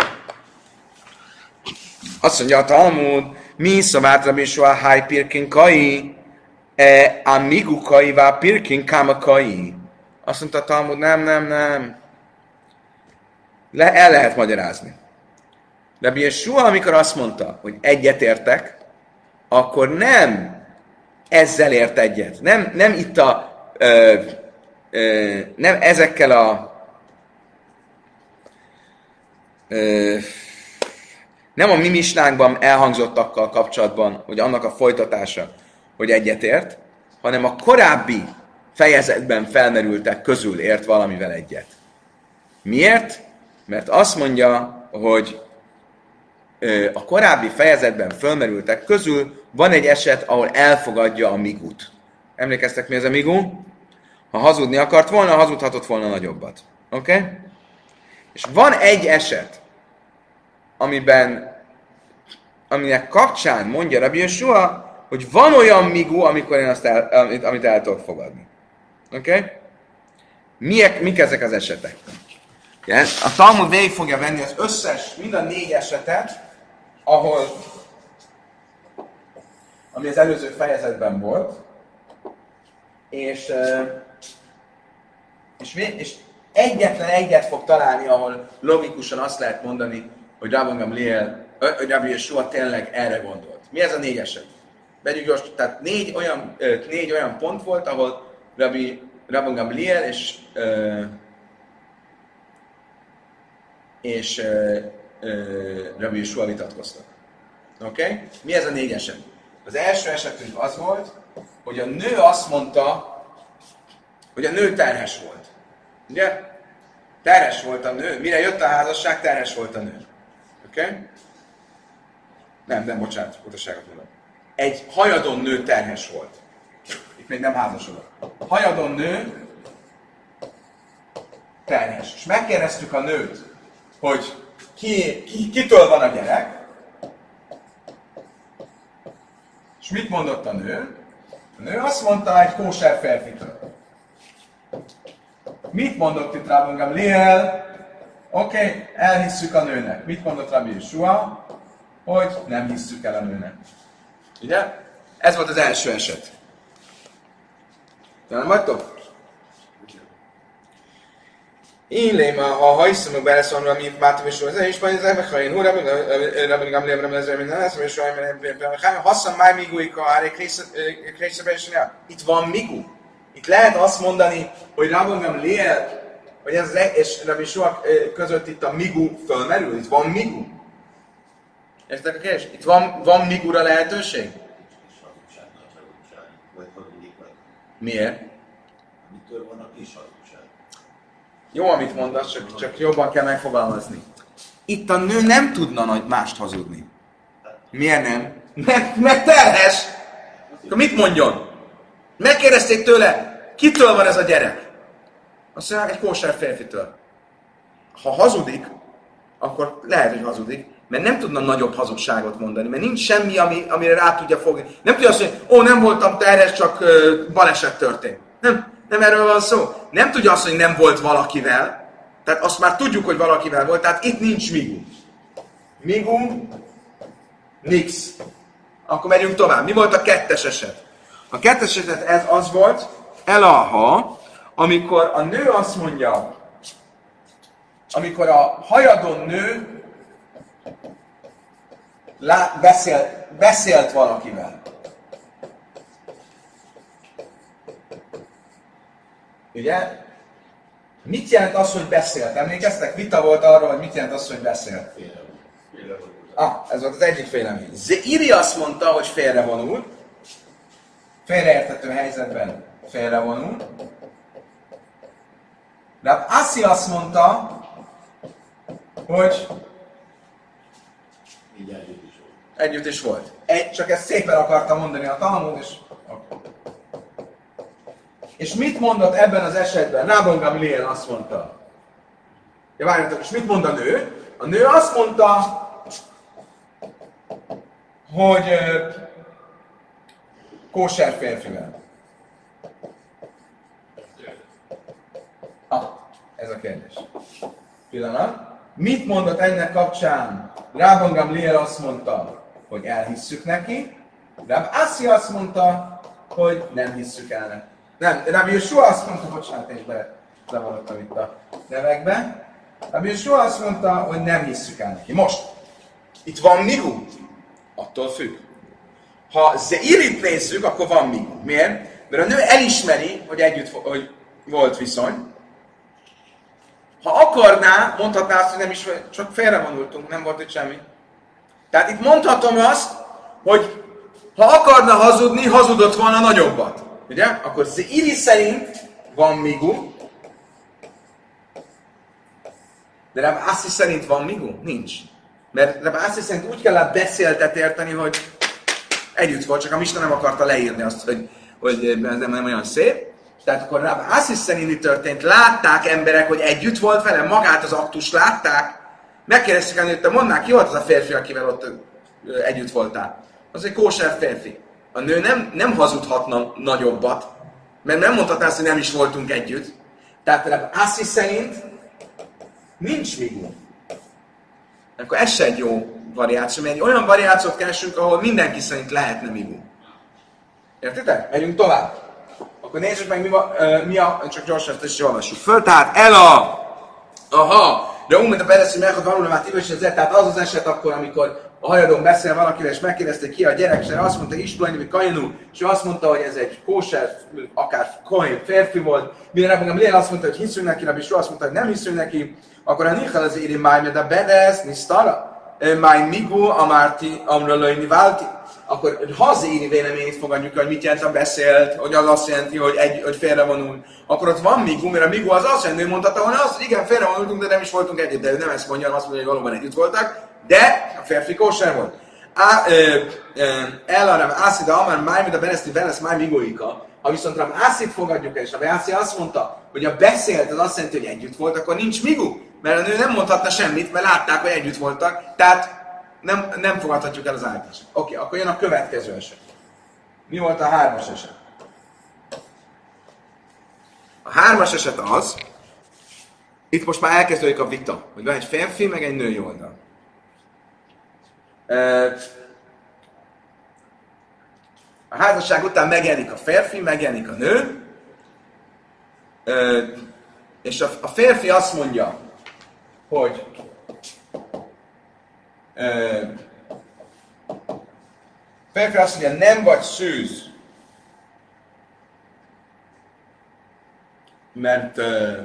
Azt mondja a Talmud, mi szavát Rabbi Yeshua háj pirkin kai, e amigu kai vá pirkin káma kai. Azt mondta a Talmud, nem, nem, nem. Le, el lehet magyarázni. Rabbi Yeshua, amikor azt mondta, hogy egyetértek, akkor nem ezzel ért egyet. Nem, nem itt a ö, ö, nem ezekkel a ö, nem a mi misnánkban elhangzottakkal kapcsolatban, hogy annak a folytatása, hogy egyetért, hanem a korábbi fejezetben felmerültek közül ért valamivel egyet. Miért? Mert azt mondja, hogy ö, a korábbi fejezetben felmerültek közül van egy eset, ahol elfogadja a migut. Emlékeztek, mi ez a migu? Ha hazudni akart volna, hazudhatott volna nagyobbat. Oké? Okay? És van egy eset, amiben, aminek kapcsán mondja Rabbi Yeshua, hogy van olyan migu, amikor én azt el, amit, amit el tudok fogadni. Oké? Okay? Miek, mik ezek az esetek? Yes? A Talmud végig fogja venni az összes, mind a négy esetet, ahol, ami az előző fejezetben volt, és, és, és egyetlen egyet fog találni, ahol logikusan azt lehet mondani, hogy Rabbi Gamliel, hogy Rabbi Yeshua tényleg erre gondolt. Mi ez a négy eset? Vegyük gyors, tehát négy olyan, négy olyan pont volt, ahol Rabbi, Rabbi Gamliel és és Rabbi Yeshua vitatkoztak. Oké? Okay? Mi ez a négy eset? Az első esetünk az volt, hogy a nő azt mondta, hogy a nő terhes volt. Ugye? Terhes volt a nő. Mire jött a házasság, terhes volt a nő. Oké? Okay? Nem, nem, bocsánat, utaságot mondom. Egy hajadon nő terhes volt. Itt még nem házasodott. Hajadon nő terhes. És megkérdeztük a nőt, hogy ki, ki, kitől van a gyerek, és mit mondott a nő? A nő azt mondta, egy kóser férfitől. Mit mondott itt Rabbi Gamliel? Oké, okay, elhisszük a nőnek. Mit mondott Rabbi Yeshua? Hogy nem hisszük el a nőnek. Ugye? Ez volt az első eset. De nem vagytok? Én léma, ha hajszom, beleszólom, amit Mátom és Róza, és majd ezek ha én húra, Rabbi Gamliel, Rabbi Ezra, minden lesz, és hasszam máj miguika, áre krészebesnél. Itt van migu. Itt lehet azt mondani, hogy Rabbi Gamliel, hogy ez és Rabbi Yeshua között itt a migu fölmerül, itt van migu. Értek a kérdés? Itt van, van migura lehetőség? Kis hazugság, nagy hazugság. Vagy hazudik meg. Miért? Mitől van a kis hazugság? Jó, amit mondasz, csak, csak jobban kell megfogalmazni. Itt a nő nem tudna nagy mást hazudni. Miért nem? Mert, mert terhes! Akkor mit mondjon? Megkérdezték tőle, kitől van ez a gyerek? Azt mondja, egy kóser férfitől. Ha hazudik, akkor lehet, hogy hazudik, mert nem tudna nagyobb hazugságot mondani, mert nincs semmi, ami, amire rá tudja fogni. Nem tudja azt mondani, ó, nem voltam terhes, csak uh, baleset történt. Nem, nem erről van szó. Nem tudja azt, hogy nem volt valakivel, tehát azt már tudjuk, hogy valakivel volt, tehát itt nincs migum. Migum, nix. Akkor megyünk tovább. Mi volt a kettes eset? A kettes eset ez az volt, elaha, amikor a nő azt mondja, amikor a hajadon nő lá, beszél, beszélt valakivel. Ugye? Mit jelent az, hogy beszélt? Emlékeztek? Vita volt arról, hogy mit jelent az, hogy beszélt. Ah, ez volt az egyik vélemény. Zeiri azt mondta, hogy félrevonul. Félreérthető helyzetben félrevonul. De Assi azt mondta, hogy Így együtt is volt. együtt is volt. Egy, csak ezt szépen akartam mondani a Talmud, és... És mit mondott ebben az esetben? Rában Gamliel azt mondta. Ja, várjatok, és mit mond a nő? A nő azt mondta, hogy uh, kóser férfivel. Ah, ez a kérdés. Pillanat. Mit mondott ennek kapcsán? Rában Gamliel azt mondta, hogy elhisszük neki. Rab Assi azt mondta, hogy nem hisszük el neki. Nem, Rabbi Yeshua azt mondta, bocsánat, és bezavarodtam itt a nevekbe. Rabbi Yeshua azt mondta, hogy nem hisszük el neki. Most, itt van migu? Attól függ. Ha Zeirit nézzük, akkor van migu. Miért? Mert a nő elismeri, hogy együtt hogy volt viszony. Ha akarná, mondhatná azt, hogy nem is, csak félrevonultunk, nem volt itt semmi. Tehát itt mondhatom azt, hogy ha akarna hazudni, hazudott volna nagyobbat. Ugye? Akkor Zeiri szerint van migu, de Rab Assi szerint van migu? Nincs. Mert Rab Assi szerint úgy kellett beszéltet érteni, hogy együtt volt, csak a Misna nem akarta leírni azt, hogy, hogy ez nem, nem olyan szép. Tehát akkor Rab Assi szerint mi történt? Látták emberek, hogy együtt volt vele, magát az aktust látták. Megkérdezték el, hogy te mondd már, ki volt az a férfi, akivel ott együtt voltál? Az egy kóser férfi. A nő nem, nem hazudhatna nagyobbat, mert nem mondhatná azt, hogy nem is voltunk együtt. Tehát Rab Assi szerint nincs migu. Akkor ez se egy jó variáció, mert egy olyan variációt keresünk, ahol mindenki szerint lehetne migu. Értitek? Megyünk tovább. Akkor nézzük meg, mi, va, uh, mi a... Csak gyorsan ezt is olvassuk föl. Tehát el a... Aha! De úgy, mint a Peresz, hogy meghad valóra már tíves ezzel, tehát az az eset akkor, amikor a hajadon beszél valakivel, és megkérdezték ki a gyerek, és azt mondta, Isplani, vagy Kajanú, és ő azt mondta, hogy ez egy kóser, akár kohén férfi volt, mire Rabban Gamliel azt mondta, hogy hiszünk neki, Rabbi Yeshua azt mondta, hogy nem hiszünk neki, akkor a Nichel az éri máj, de Bedesz, Nisztara, máj migu, amárti, amralajni válti, akkor ha az éri véleményét fogadjuk, hogy mit jelent a beszélt, hogy az azt jelenti, hogy, egy, hogy félrevonul, akkor ott van migu, mert a migu az azt jelenti, hogy mondhatta volna azt, hogy igen, félrevonultunk, de nem is voltunk együtt, de ő nem ezt mondja, azt mondja, hogy valóban együtt voltak, de a férfi kóser volt. Elarám Ászi, de amár máj, mint a Beneszti Benesz máj migóika. Ha viszont Ram Ászit fogadjuk el, és a Ászi azt mondta, hogy a beszélt, az azt jelenti, hogy együtt volt, akkor nincs migu. Mert a nő nem mondhatna semmit, mert látták, hogy együtt voltak. Tehát nem, nem fogadhatjuk el az állítást. Oké, okay, akkor jön a következő eset. Mi volt a hármas eset? A hármas eset az, itt most már elkezdődik a vita, hogy van egy férfi, meg egy női oldal. A házasság után megjelenik a férfi, megjelenik a nő, és a férfi azt mondja, hogy a férfi azt mondja, nem vagy szűz, mert uh,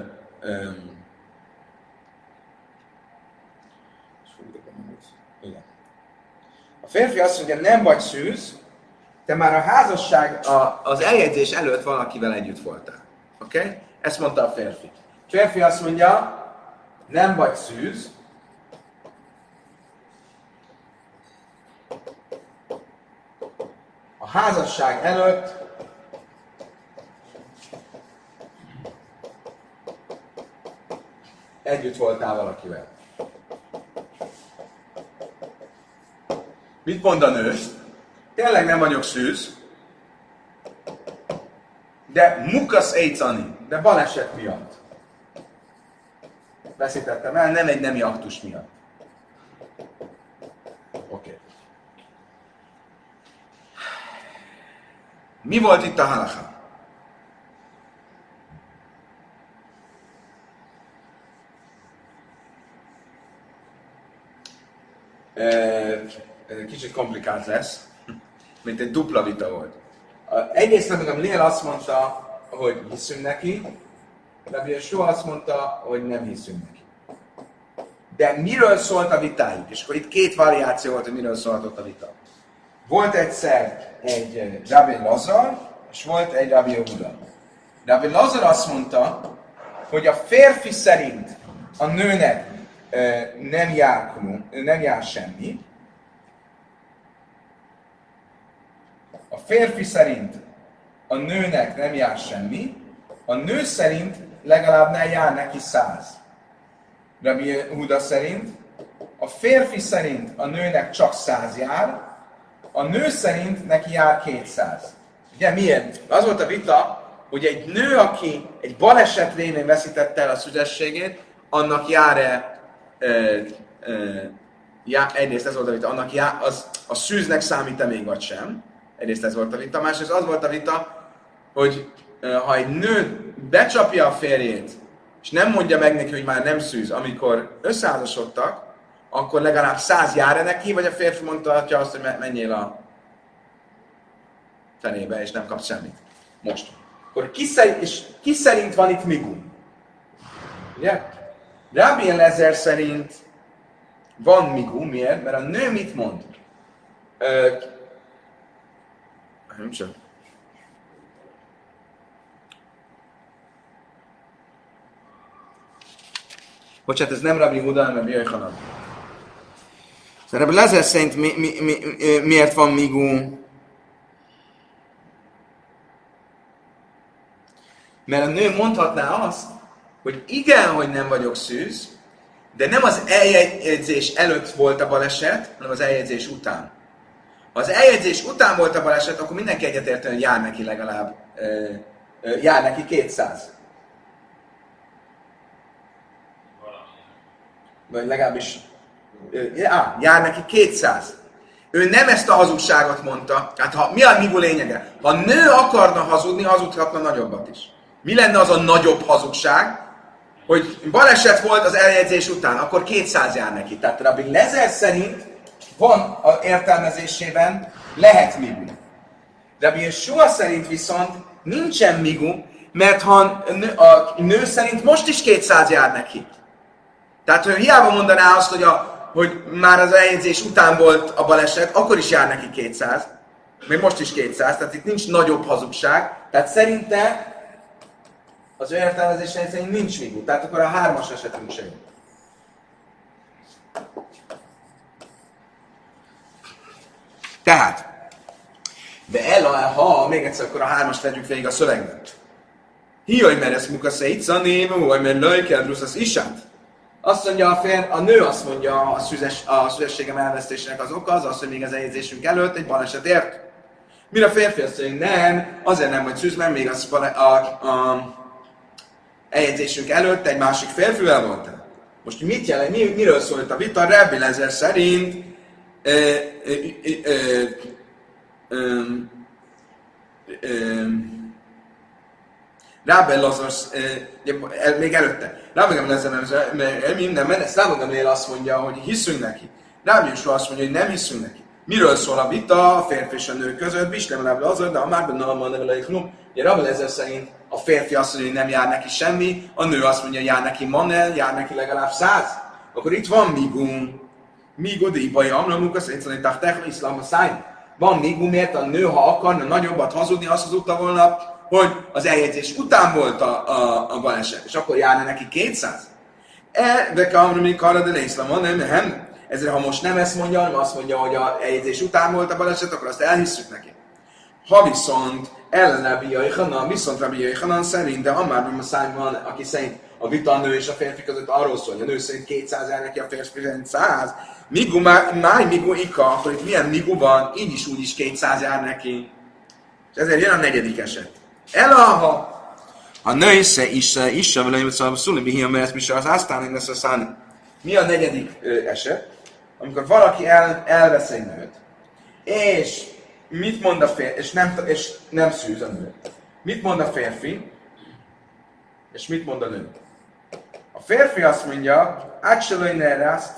um, igen. férfi azt mondja, nem vagy szűz, te már a házasság, a, az eljegyzés előtt valakivel együtt voltál. Oké? Okay? Ezt mondta a férfi. A férfi azt mondja, nem vagy szűz, a házasság előtt együtt voltál valakivel. Mit mond a nő? Tényleg nem vagyok szűz, de mukasz éjcani, de baleset miatt. Veszítettem el, nem egy nemi aktus miatt. Oké. Okay. Mi volt itt a halacha? Ez egy kicsit komplikált lesz, mint egy dupla vita volt. Egyrészt Rabbi Gamliel azt mondta, hogy hiszünk neki, Rabbi Yeshua azt mondta, hogy nem hiszünk neki. De miről szólt a vitájuk? És akkor itt két variáció volt, hogy miről szóltott a vita. Volt egyszer egy Rabbi Lazar, és volt egy Rabbi Yehuda. Rabbi Lazar azt mondta, hogy a férfi szerint a nőnek nem jár, nem jár semmi. A férfi szerint a nőnek nem jár semmi, a nő szerint legalább ne jár neki száz. Rabbi Yehuda szerint a férfi szerint a nőnek csak száz jár, a nő szerint neki jár kétszáz. Ugye miért? Az volt a vita, hogy egy nő, aki egy baleset révén veszítette el a szüzességét, annak jár-e Ö, ö, já, egyrészt ez volt a vita, annak já, az, a szűznek számít-e még vagy sem. Egyrészt ez volt a vita. Másrészt az volt a vita, hogy ö, ha egy nő becsapja a férjét, és nem mondja meg neki, hogy már nem szűz, amikor összeházasodtak, akkor legalább száz jár-e neki, vagy a férfi mondta azt, hogy menjél a fenébe, és nem kapsz semmit. Most. Akkor ki szerint, és ki szerint van itt migum? Ugye? Rabbi Eliezer szerint van migum, miért? Mert a nő mit mond? Ö, nem csak. Bocsánat, ez nem Rabbi Yehuda, hanem Rabbi Yochanan. Szóval Rabbi Eliezer szerint mi, mi, mi, miért van migum? Mert a nő mondhatná azt, hogy igen, hogy nem vagyok szűz, de nem az eljegyzés előtt volt a baleset, hanem az eljegyzés után. Ha az eljegyzés után volt a baleset, akkor mindenki egyetértően, hogy jár neki legalább, ö, ö, jár neki kétszáz. Vagy legalábbis, ö, á, jár neki kétszáz. Ő nem ezt a hazugságot mondta, hát ha, mi a migú lényege? Ha a nő akarna hazudni, hazudhatna nagyobbat is. Mi lenne az a nagyobb hazugság? Hogy baleset volt az eljegyzés után, akkor kétszáz jár neki. Tehát Rabbi Eliezer szerint van az értelmezésében lehet migu. Rabbi Yeshua szerint viszont nincsen migu, mert ha a nő, a nő szerint most is kétszáz jár neki. Tehát ő hiába mondaná azt, hogy, a, hogy már az eljegyzés után volt a baleset, akkor is jár neki kétszáz. Még most is kétszáz, tehát itt nincs nagyobb hazugság. Tehát szerinte az ő értelmezés szerint nincs migu. Tehát akkor a hármas esetünk sem. Tehát, de el, ha még egyszer akkor a hármas tegyük végig a szövegben. Hiaj, mert ez mukasz egy szanéma, vagy mert lajkel drusz isát. Azt mondja a fér, a nő azt mondja a, szüzes, a szüzességem elvesztésének az oka, az az, hogy még az eljegyzésünk előtt egy baleset ért. Mire a férfi azt mondja, nem, azért nem vagy szűz, mert még az a, a, a eljegyzésünk előtt egy másik férfivel voltál. Most mit jelent, mi, miről szólt a vita? Rabbi Eliezer szerint ö, ö, ö, ö, ö, ö, Rabbi Eliezer, még előtte, Rabbi Eliezer minden menet, Rabbi Eliezer azt mondja, hogy hiszünk neki. Rabbi Yeshua azt mondja, hogy nem hiszünk neki. Miről szól a vita a férfi és a nő között? Bislem Rabbi Eliezer, de a márban nem a nevelőik num. Ugye Rabbi Eliezer szerint a férfi azt mondja, hogy nem jár neki semmi, a nő azt mondja, hogy jár neki manel, jár neki legalább száz. Akkor itt van migum. Míg ipai amlamuk, azt egyszerűen tachtech, iszlám a szájn. Van mígú, miért a nő, ha akarna nagyobbat hazudni, azt hazudta volna, hogy az eljegyzés után volt a, a, a baleset, és akkor járna neki kétszáz. E, de kamrami karad de iszlám, nem, nem. Ezért, ha most nem ezt mondja, hanem azt mondja, hogy az eljegyzés után volt a baleset, akkor azt elhisszük neki. Ha viszont ellen Rabbi Yochanan, viszont Rabbi Yochanan szerint, de Ammár ben Maszány van, aki szerint a vita a nő és a férfi között arról szól, hogy a nő szerint kétszáz jár neki, a férfi szerint száz. Migu máj, migu ika, akkor itt milyen migu van, így is úgy is kétszáz jár neki. És ezért jön a negyedik eset. Elaha! A nő isze, isze, isze, vele jön szalva szulni, mi hiam, mert ezt mi se az aztán lesz a szállni. Mi a negyedik ö, eset? Amikor valaki el, elvesz egy nőt, és mit mond a férfi, és nem, és nem szűz a nő. Mit mond a férfi, és mit mond a nő? A férfi azt mondja, átselőj ne erászt,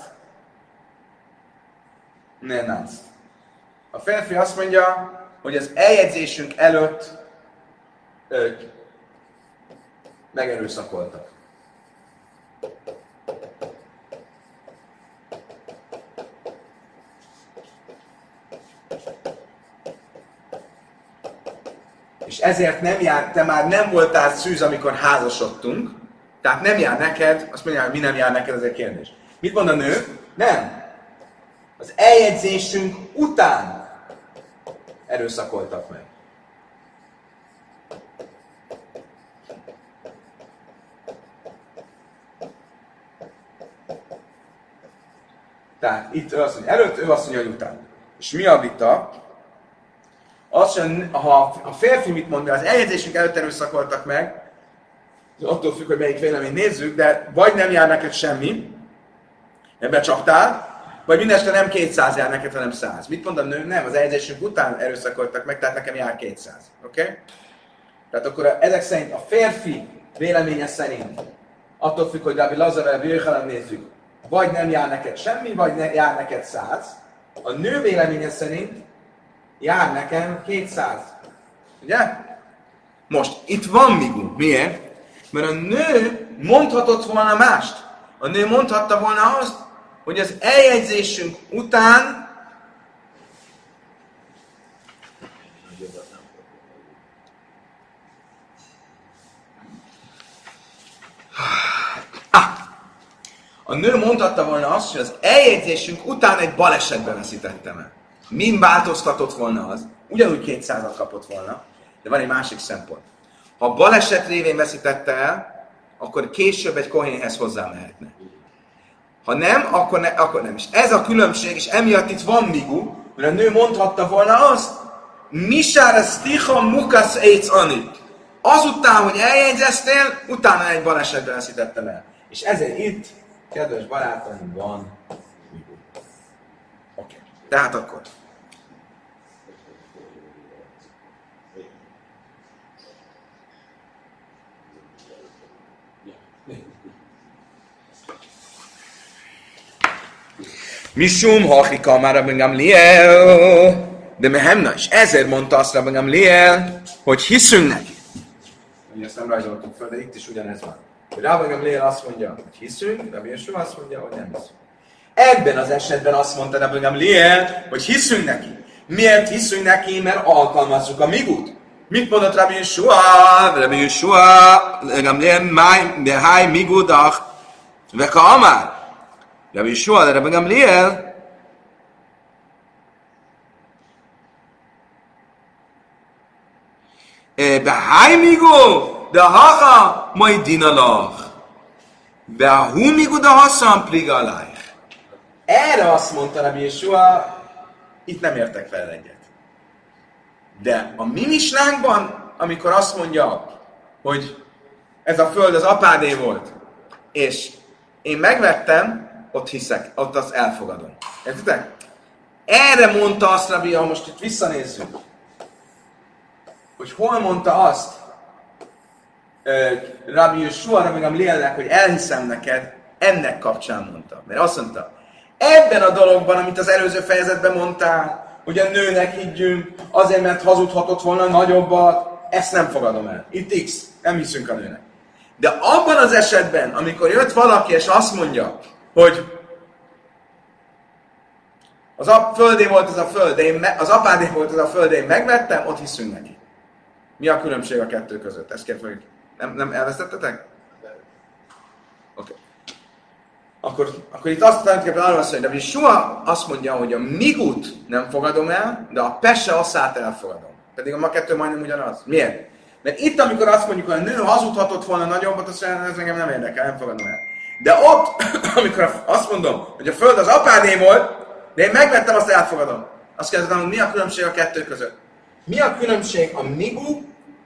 ne nászt. A férfi azt mondja, hogy az eljegyzésünk előtt ők megerőszakoltak. És ezért nem jár, te már nem voltál szűz, amikor házasodtunk, tehát nem jár neked, azt mondja, mi nem jár neked, ez egy kérdés. Mit mond a nő? Nem. Az eljegyzésünk után erőszakoltak meg. Tehát itt ő azt mondja, előtt, ő azt mondja, hogy után. És mi a vita? Az, hogy ha a férfi mit mond, az eljegyzésünk előtt erőszakoltak meg, attól függ, hogy melyik véleményt nézzük, de vagy nem jár neked semmi, ebbe csaptál, vagy mindeste nem kétszáz jár neked, hanem száz. Mit mond a nő? Nem, az eljegyzésünk után erőszakoltak meg, tehát nekem jár kétszáz. Oké? Okay? Tehát akkor ezek szerint a férfi véleménye szerint, attól függ, hogy Rabbi Lazar, Rabbi Yochanan nézzük, vagy nem jár neked semmi, vagy ne, jár neked száz. A nő véleménye szerint jár nekem kétszáz. Ugye? Most, itt van migu. Miért? Mert a nő mondhatott volna mást. A nő mondhatta volna azt, hogy az eljegyzésünk után ah, a nő mondhatta volna azt, hogy az eljegyzésünk után egy balesetbe veszítettem el. Min változtatott volna az? Ugyanúgy kétszázat kapott volna, de van egy másik szempont. Ha a baleset révén veszítette el, akkor később egy kohénhez hozzá mehetne. Ha nem, akkor, ne, akkor nem is. Ez a különbség, és emiatt itt van migu, mert a nő mondhatta volna azt, Misára sticha mukasz eitz anit. Azután, hogy eljegyeztél, utána egy balesetben veszítettem el. És ezért itt, kedves barátaim, van migu. Oké. Okay. Tehát akkor. Misum hachika már Rabbi Gamliel, de mehemna is. Ezért mondta azt Rabbi Gamliel, hogy hiszünk neki. Ugye ezt nem rajzoltuk fel, de itt is ugyanez van. Rabbi Gamliel azt mondja, hogy hiszünk, Rabbi Yeshua azt mondja, hogy nem hiszünk. Ebben az esetben azt mondta Rabbi Gamliel, hogy hiszünk neki. Miért hiszünk neki? Mert alkalmazzuk a migut. Mit mondott Rabbi Yeshua? Rabbi Yeshua, Gamliel, máj migudach, veka amár. Rabbi Yeshua, de Rabbi Gamliel Behai migu, de haha, majd dinalach. Behu migu, de haszam pligaláj. Erre azt mondta Rabbi Yeshua, itt nem értek fel egyet. De a mi misnánkban, amikor azt mondja, hogy ez a föld az apádé volt, és én megvettem, ott hiszek, ott azt elfogadom. Értitek? Erre mondta azt Rabbi, ha most itt visszanézzük, hogy hol mondta azt uh, Rabbi Yeshua, Rabbi Gamlielnek, hogy elhiszem neked, ennek kapcsán mondta. Mert azt mondta, ebben a dologban, amit az előző fejezetben mondtál, hogy a nőnek higgyünk, azért, mert hazudhatott volna nagyobbat, ezt nem fogadom el. Itt X, nem hiszünk a nőnek. De abban az esetben, amikor jött valaki, és azt mondja, hogy Az a földé volt ez a föld, de én me- az apádé volt ez a föld, de én megvettem, ott hiszünk neki. Mi a különbség a kettő között? Ezt kérdezik meg. Nem, nem elvesztettetek? Oké. Okay. Akkor, akkor itt azt tulajdonképpen arról szól, hogy Sua azt mondja, hogy a migut nem fogadom el, de a pesse asszát elfogadom. Pedig a ma kettő majdnem ugyanaz. Miért? Mert itt, amikor azt mondjuk, hogy a nő hazudhatott volna nagyobbat, azt mondja, ez engem nem érdekel, nem fogadom el. De ott, amikor azt mondom, hogy a föld az apádé volt, de én megvettem, azt elfogadom. Azt kérdezem, hogy mi a különbség a kettő között? Mi a különbség a migu?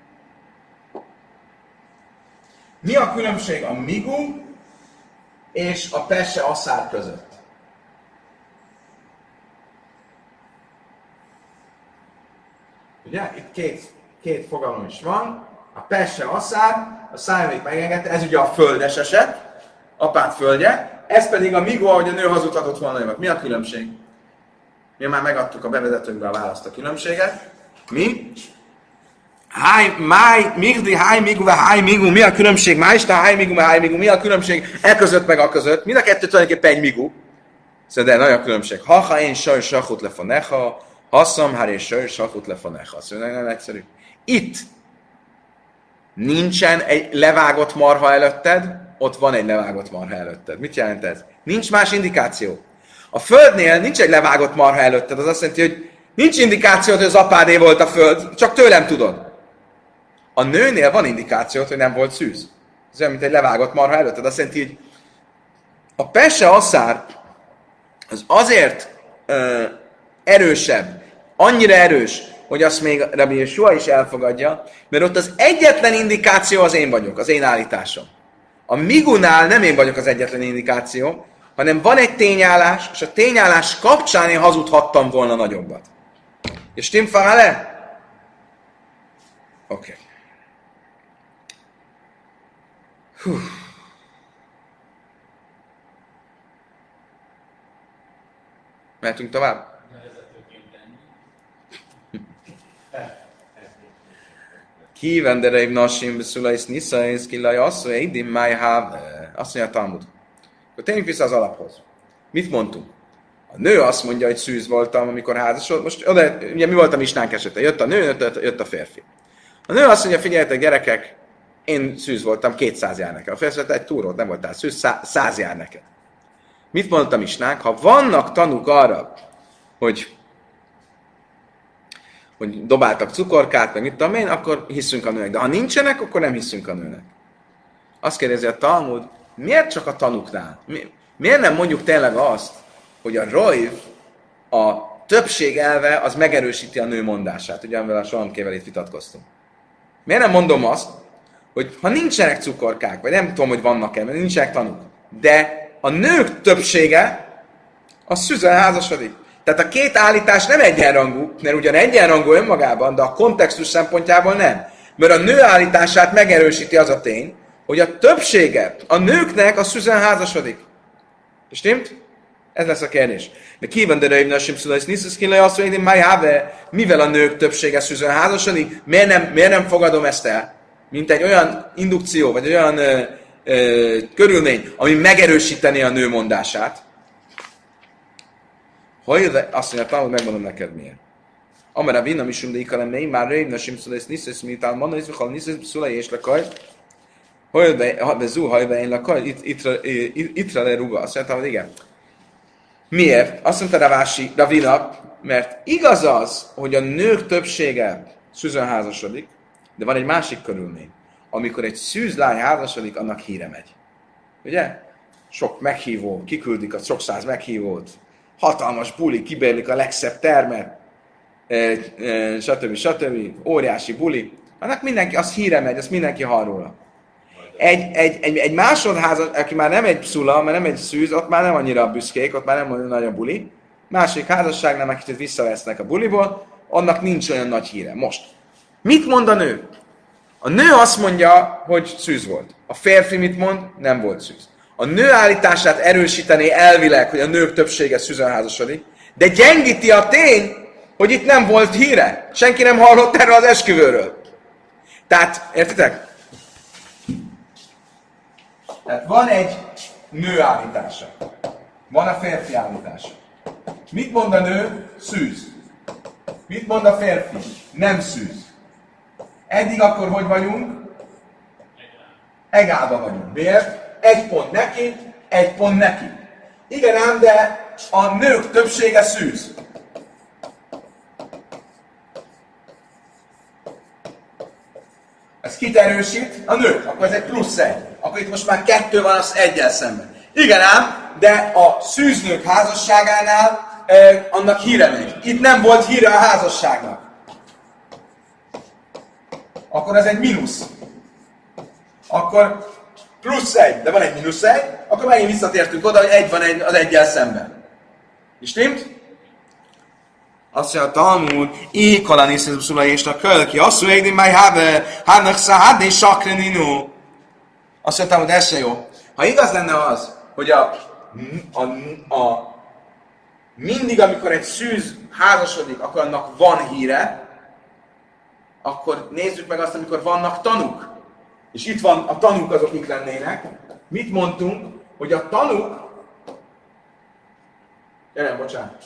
Mi a különbség a migu és a pesse asszár között? Ugye? Itt két, két fogalom is van. A pesse asszár, a szájmék megengedte, ez ugye a földes eset, apád földje, ez pedig a migu, ahogy a nő hazudhatott volna jövök. Mi a különbség? Mi már megadtuk a bevezetőnkbe a választ a különbséget. Mi? Háj, máj, migdi, háj, migu, háj, migu. Mi a különbség? Máista, háj, migu, háj, migu. Mi a különbség e között meg a között? Mind a kettő tulajdonképpen egy migu. Szóval de nagy a különbség. Ha, ha én saj, sakut lefonecha, haszam, hár és saj, sakut lefonecha. Szóval nagyon egyszerű. Itt nincsen egy levágott marha előtted, ott van egy levágott marha előtted. Mit jelent ez? Nincs más indikáció. A földnél nincs egy levágott marha előtted, az azt jelenti, hogy nincs indikáció, hogy az apádé volt a föld, csak tőlem tudod. A nőnél van indikáció, hogy nem volt szűz. Ez olyan, mint egy levágott marha előtted. Azt jelenti, hogy a pesse asszár az azért ö, erősebb, annyira erős, hogy azt még Rabbi Yeshua is elfogadja, mert ott az egyetlen indikáció az én vagyok, az én állításom. A migunál nem én vagyok az egyetlen indikáció, hanem van egy tényállás, és a tényállás kapcsán én hazudhattam volna nagyobbat. És stimmt le? Oké. Okay. Mehetünk tovább? Ki vendereib nasim beszulais niszais kilaj asszó eidim máj háv. Azt mondja a Talmud. Akkor térjünk vissza az alaphoz. Mit mondtunk? A nő azt mondja, hogy szűz voltam, amikor házasodott. Most oda, ugye mi volt a misnánk esete? Jött a nő, jött, jött a férfi. A nő azt mondja, figyeljetek gyerekek, én szűz voltam, kétszáz jár neked. A férfi egy túrót, nem voltál szűz, száz jár neked. Mit mondott a misnánk? Ha vannak tanúk arra, hogy hogy dobáltak cukorkát, meg mit tudom én, akkor hiszünk a nőnek. De ha nincsenek, akkor nem hiszünk a nőnek. Azt kérdezi a Talmud, miért csak a tanúknál? Mi, miért nem mondjuk tényleg azt, hogy a rojv, a többség elve, az megerősíti a nő mondását. Ugye, amivel a Sohamkével itt vitatkoztunk. Miért nem mondom azt, hogy ha nincsenek cukorkák, vagy nem tudom, hogy vannak-e, mert nincsenek tanúk, de a nők többsége az szűzzel házasodik. Tehát a két állítás nem egyenrangú, mert ugyan egyenrangú önmagában, de a kontextus szempontjából nem. Mert a nő állítását megerősíti az a tény, hogy a többsége a nőknek a szűzen házasodik. És stimmt? Ez lesz a kérdés. De ki van derejében a simszulajsz niszeszkinlaj azt mondja, hogy májáve, mivel a nők többsége szűzen házasodik, miért nem, miért nem fogadom ezt el? Mint egy olyan indukció, vagy egy olyan ö, ö, körülmény, ami megerősíteni a nő mondását. Hogy azt mondja, Talmud, megmondom neked miért. Amara vinna misum de ikalem mei, már rejv na simszulajsz niszesz, miután mondom, hogy hal niszesz szulaj és lakaj, hogy be zú, hajbe én lakaj, itra le ruga. Azt mondta, hogy igen. Miért? Azt mondta Ravási, Ravina, mert igaz az, hogy a nők többsége szűzön házasodik, de van egy másik körülmény. Amikor egy szűz lány házasodik, annak híre megy. Ugye? Sok meghívó, kiküldik a sok száz meghívót, hatalmas buli, kibérlik a legszebb termet, e, e, stb. stb. Óriási buli. Annak mindenki, az híre megy, azt mindenki hall róla. Egy, egy, egy, egy másodházas, aki már nem egy pszula, mert nem egy szűz, ott már nem annyira büszkék, ott már nem olyan nagy a buli. Másik házasságnál már kicsit visszavesznek a buliból, annak nincs olyan nagy híre. Most, mit mond a nő? A nő azt mondja, hogy szűz volt. A férfi mit mond? Nem volt szűz. A nő állítását erősítené elvileg, hogy a nők többsége szűzön házasodik, de gyengíti a tény, hogy itt nem volt híre. Senki nem hallott erről az esküvőről. Tehát, értitek? Tehát van egy nő állítása. Van a férfi állítása. Mit mond a nő? Szűz. Mit mond a férfi? Nem szűz. Eddig akkor hogy vagyunk? Egálba vagyunk. Miért? Egy pont neki, egy pont neki. Igen ám, de a nők többsége szűz. Ez kit erősít? A nők. Akkor ez egy plusz egy. Akkor itt most már kettő van, az egyel szemben. Igen ám, de a szűznők házasságánál eh, annak híre megy. Itt nem volt híre a házasságnak. Akkor ez egy mínusz. Akkor plusz egy, de van egy mínusz egy, akkor megint visszatértünk oda, hogy egy van egy, az egyel szemben. És stimmt? Azt mondja a Talmud, ékolan is ez szula és a kölki, azt mondja, hogy majd hádnak szád és sakreninu. Azt mondtam, hogy ez se jó. Ha igaz lenne az, hogy a, a, a mindig, amikor egy szűz házasodik, akkor annak van híre, akkor nézzük meg azt, amikor vannak tanúk. És itt van a tanúk azok, mik lennének. Mit mondtunk? Hogy a tanúk... Gyere, bocsánat.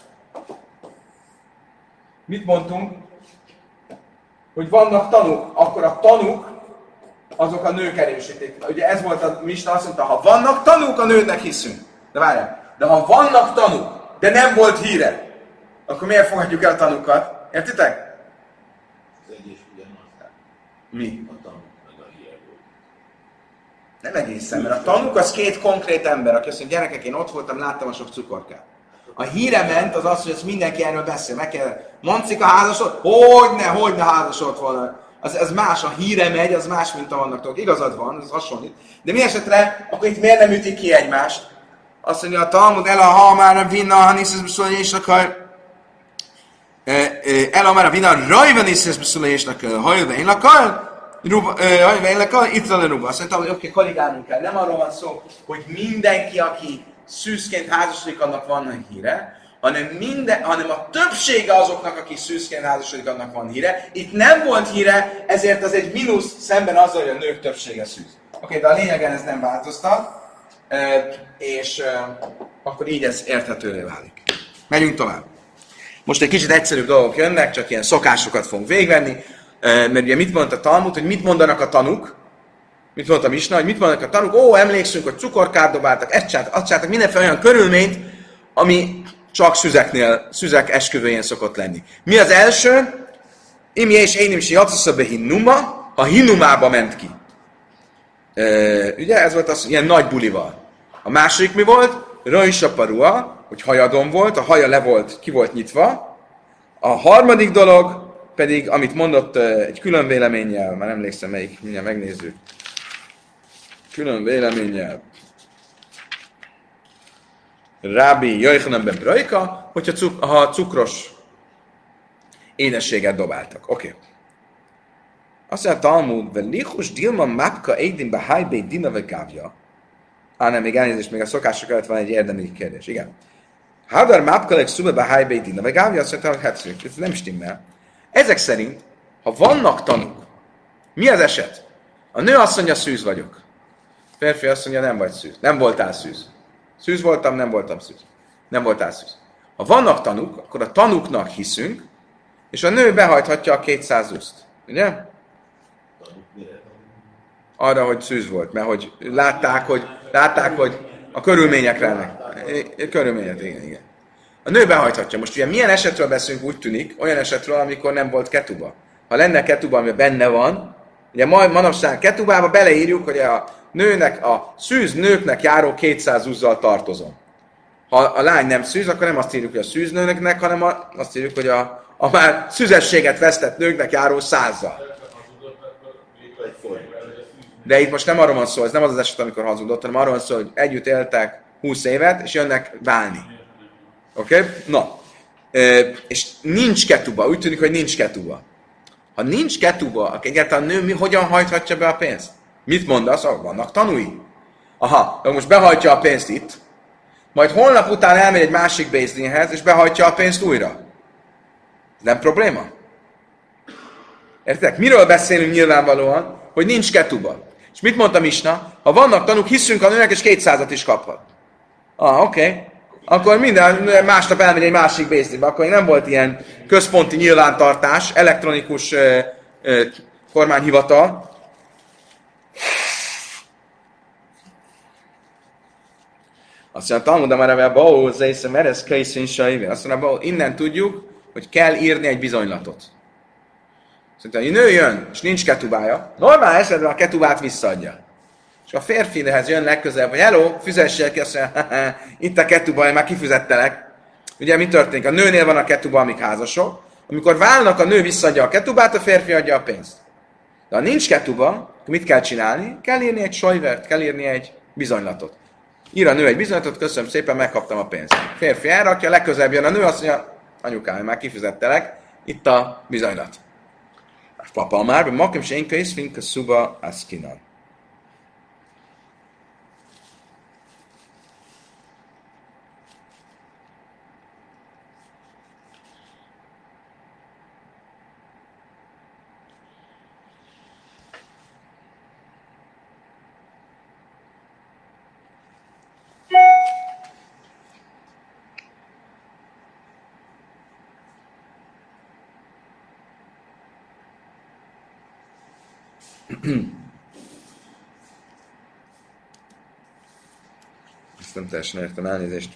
Mit mondtunk? Hogy vannak tanúk. Akkor a tanúk azok a nők erősíték. Ugye ez volt a Misna, azt mondta, ha vannak tanúk, a nőnek hiszünk. De várjál. De ha vannak tanúk, de nem volt híre, akkor miért fogadjuk el a tanúkat? Értitek? Az egyes ugyanaz. Mi? A tanúk meg a hír volt. Nem egészen, mert a tanúk az két konkrét ember, aki azt mondja, gyerekek, én ott voltam, láttam a sok cukorkát. A híre ment az az, hogy ezt mindenki erről beszél. Meg kell, Mancika házasod? Hogyne, hogyne házasod volna. Az, az más, a híre megy, az más, mint a vannak tagok. Igazad van, ez hasonlít. De mi esetre, akkor itt miért nem ütik ki egymást? Azt mondja, a Talmud el a halmára vinna, ha niszesz beszólni, és akar el a már a vinna, rajva niszesz beszólni, és akar hajlva én akar, hajlva én akar, itt van a ruba. Azt mondta, hogy oké, okay, korrigálnunk kell. Nem arról van szó, hogy mindenki, aki szűzként házasodik, annak van híre, hanem, minden, hanem a többsége azoknak, aki szűzként házasodik, annak van híre. Itt nem volt híre, ezért az egy mínusz szemben azzal, hogy a nők többsége szűz. Oké, okay, de a lényegen ez nem változtat, és akkor így ez érthetővé válik. Megyünk tovább. Most egy kicsit egyszerűbb dolgok jönnek, csak ilyen szokásokat fogunk végvenni, mert ugye mit mondta a Talmud, hogy mit mondanak a tanúk, mit mondta a Misna, hogy mit mondanak a tanúk, ó, emlékszünk, hogy cukorkát dobáltak, ezt csináltak, azt csináltak, mindenféle olyan körülményt, ami csak szüzeknél, szüzek esküvőjén szokott lenni. Mi az első? Imi és én is játszaszabbe hinnuma, ha hinnumába ment ki. E, ugye ez volt az, ilyen nagy bulival. A második mi volt? Rajsaparua, hogy hajadon volt, a haja le volt, ki volt nyitva. A harmadik dolog pedig, amit mondott egy külön véleménnyel, már nem emlékszem melyik, mindjárt megnézzük. Külön véleménnyel. Rábi Jöjjhanan ben Brajka, hogyha cuk- ha cukros édességet dobáltak. Oké. Okay. Azt mondja Talmud, velichus dilma mapka eidin behájbé dina vegávja. Á, nem, még elnézést, még a szokások előtt van egy érdemi kérdés. Igen. Hadar mapka leg szube behájbé dina vegávja, azt mondta, hogy hát ez nem stimmel. Ezek szerint, ha vannak tanúk, mi az eset? A nő azt mondja, szűz vagyok. A férfi azt mondja, nem vagy szűz. Nem voltál szűz. Szűz voltam, nem voltam szűz. Nem voltál szűz. Ha vannak tanúk, akkor a tanúknak hiszünk, és a nő behajthatja a kétszáz uszt. Ugye? Arra, hogy szűz volt, mert hogy látták, hogy, látták, hogy a körülményekre ennek. Körülmények, igen, igen. A nő behajthatja. Most ugye milyen esetről beszélünk, úgy tűnik, olyan esetről, amikor nem volt ketuba. Ha lenne ketuba, ami benne van, ugye majd manapság ketubába beleírjuk, hogy a nőnek, a szűz nőknek járó kétszáz uzzal tartozom. Ha a lány nem szűz, akkor nem azt írjuk, hogy a szűz nőknek, hanem a, azt írjuk, hogy a, a már szüzességet vesztett nőknek járó százzal. De itt most nem arról van szó, ez nem az az eset, amikor hazudott, hanem arról van szó, hogy együtt éltek húsz évet, és jönnek válni. Oké? Okay? Na. E, és nincs ketuba, úgy tűnik, hogy nincs ketuba. Ha nincs ketuba, akkor egyáltalán a nő mi, hogyan hajthatja be a pénzt? Mit mondasz? Ah, vannak tanúi. Aha, most behajtja a pénzt itt, majd holnap után elmegy egy másik Bézdinhez, és behajtja a pénzt újra. Ez nem probléma? Értitek? Miről beszélünk nyilvánvalóan? Hogy nincs ketuba. És mit mondta Misna? Ha vannak tanúk, hiszünk a nőnek, és kétszázat is kaphat. Ah, oké. Okay. akkor minden másnap elmegy egy másik bészlibe. Akkor még nem volt ilyen központi nyilvántartás, elektronikus ö, ö, kormányhivatal. Azt mondja, Talmud Amarave a Baó, Zésze Merez, Kaiszin Saivé. Azt mondja, Baó, innen tudjuk, hogy kell írni egy bizonylatot. Azt mondja, hogy nő jön, és nincs ketubája. Normál esetben a ketubát visszaadja. És a férfihez jön legközelebb, hogy hello, fizessél ki, azt mondja, itt a ketuba, én már kifizettelek. Ugye mi történik? A nőnél van a ketuba, amíg házasok. Amikor válnak, a nő visszaadja a ketubát, a férfi adja a pénzt. De ha nincs ketuba, akkor mit kell csinálni? Kell írni egy sajvert, kell írni egy bizonylatot. Ír a nő egy bizonylatot, köszönöm szépen, megkaptam a pénzt. A férfi elrakja, legközelebb jön a nő, azt mondja, anyukám, én már kifizettelek, itt a bizonylat. A papa már, de makem se inka is, finka szuba aszkinan. Ezt nem teljesen értem, elnézést.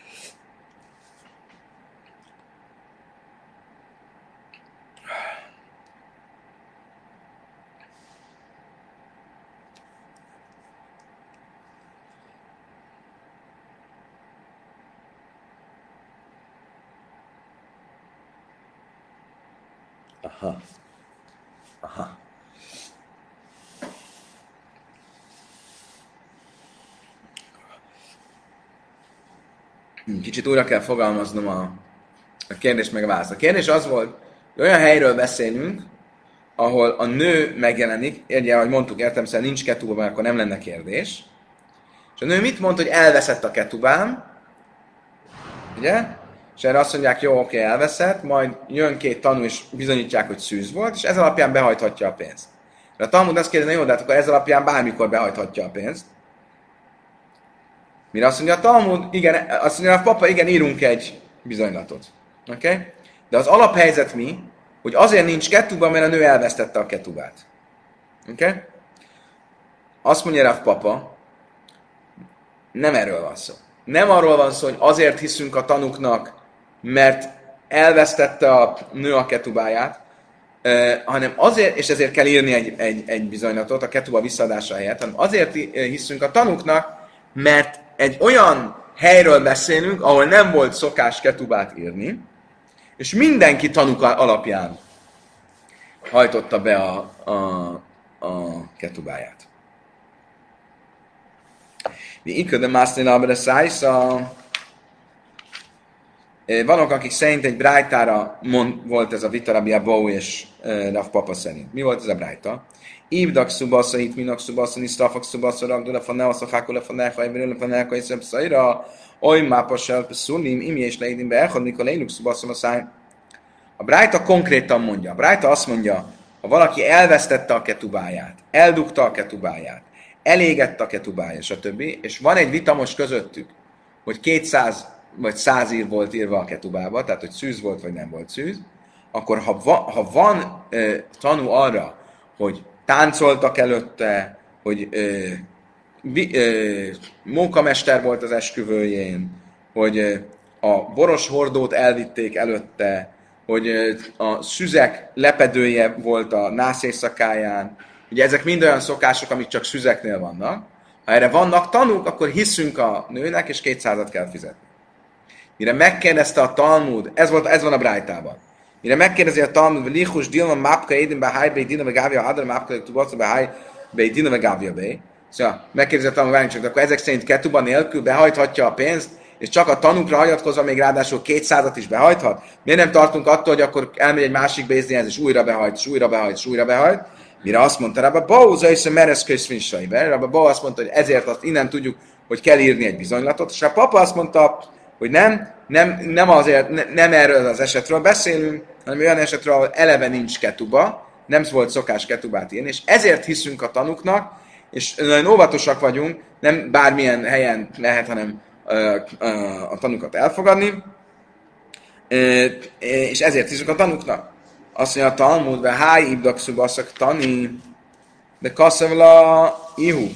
Aha. Aha. Kicsit újra kell fogalmaznom a, a kérdést meg a választ. A kérdés az volt, hogy olyan helyről beszélünk, ahol a nő megjelenik, ugye, ahogy mondtuk, értem szerint nincs ketubában, akkor nem lenne kérdés. És a nő mit mond, hogy elveszett a ketubám, ugye? És erre azt mondják, jó, oké, elveszett, majd jön két tanú, és bizonyítják, hogy szűz volt, és ez alapján behajthatja a pénzt. De a Talmud azt kérdezi, jó, de hát akkor ez alapján bármikor behajthatja a pénzt. Mire azt mondja a Talmud, igen, azt mondja a papa, igen, írunk egy bizonylatot. Oké? Okay? De az alaphelyzet mi? Hogy azért nincs ketuba, mert a nő elvesztette a ketubát. Oké? Okay? Azt mondja rá a papa, nem erről van szó. Nem arról van szó, hogy azért hiszünk a tanuknak, mert elvesztette a nő a ketubáját, Uh, hanem azért, és ezért kell írni egy, egy, egy bizonylatot a ketuba visszaadása helyett, hanem azért hiszünk a tanuknak, mert egy olyan helyről beszélünk, ahol nem volt szokás ketubát írni, és mindenki tanuk alapján hajtotta be a, a, a ketubáját. Mi iködöm mászni a szájsza. Vannak, akik szerint egy brájtára mond, volt ez a vita Rabbi Abou és uh, Rav Papa szerint. Mi volt ez a brájta? Ívdak szubasza, itt minak szubasza, nisztafak szubasza, ragdula fanel, szafákula fanel, hajberőle fanel, kajszebb szajra, oly mápasel, szulim, imi és leidin be elhad, mikor leinuk szubasza a száj. A brájta konkrétan mondja. A brájta azt mondja, ha valaki elvesztette a ketubáját, eldugta a ketubáját, elégette a ketubáját, stb. És van egy vita most közöttük, hogy kétszáz vagy száz ír volt írva a ketubába, tehát hogy szűz volt, vagy nem volt szűz, akkor ha, va, ha van e, tanú arra, hogy táncoltak előtte, hogy e, vi, e, mókamester volt az esküvőjén, hogy e, a boros hordót elvitték előtte, hogy e, a szüzek lepedője volt a nász éjszakáján, ugye ezek mind olyan szokások, amik csak szüzeknél vannak. Ha erre vannak tanúk, akkor hiszünk a nőnek, és kétszázat kell fizetni. Mire megkérdezte a Talmud, ez, volt, ez van a brájtában. Mire megkérdezi a Talmud, hogy lichus dilma mápka édin beháj beidina megávja, adra mápka tubaca beháj beidina megávja be. Szóval megkérdezi a Talmud, várjunk csak, de akkor ezek szerint ketuba nélkül behajthatja a pénzt, és csak a tanúkra hagyatkozva még ráadásul kétszázat is behajthat? Miért nem tartunk attól, hogy akkor elmegy egy másik bézdéhez, és újra behajt, és újra behajt, és újra behajt? Mire azt mondta, Rabba Bó, zajsz a mereszköszvinsaiber. Rabba Bó azt mondta, hogy ezért azt innen tudjuk, hogy kell írni egy bizonylatot, és a papa azt mondta, hogy nem, nem, nem azért, ne, nem erről az esetről beszélünk, hanem olyan esetről, ahol eleve nincs ketuba, nem volt szokás ketubát írni, és ezért hiszünk a tanuknak, és nagyon óvatosak vagyunk, nem bármilyen helyen lehet, hanem a tanukat elfogadni, és ezért hiszünk a tanuknak. Azt mondja a Talmud, de háj ibdakszú baszak tani, de kasszavla ihu.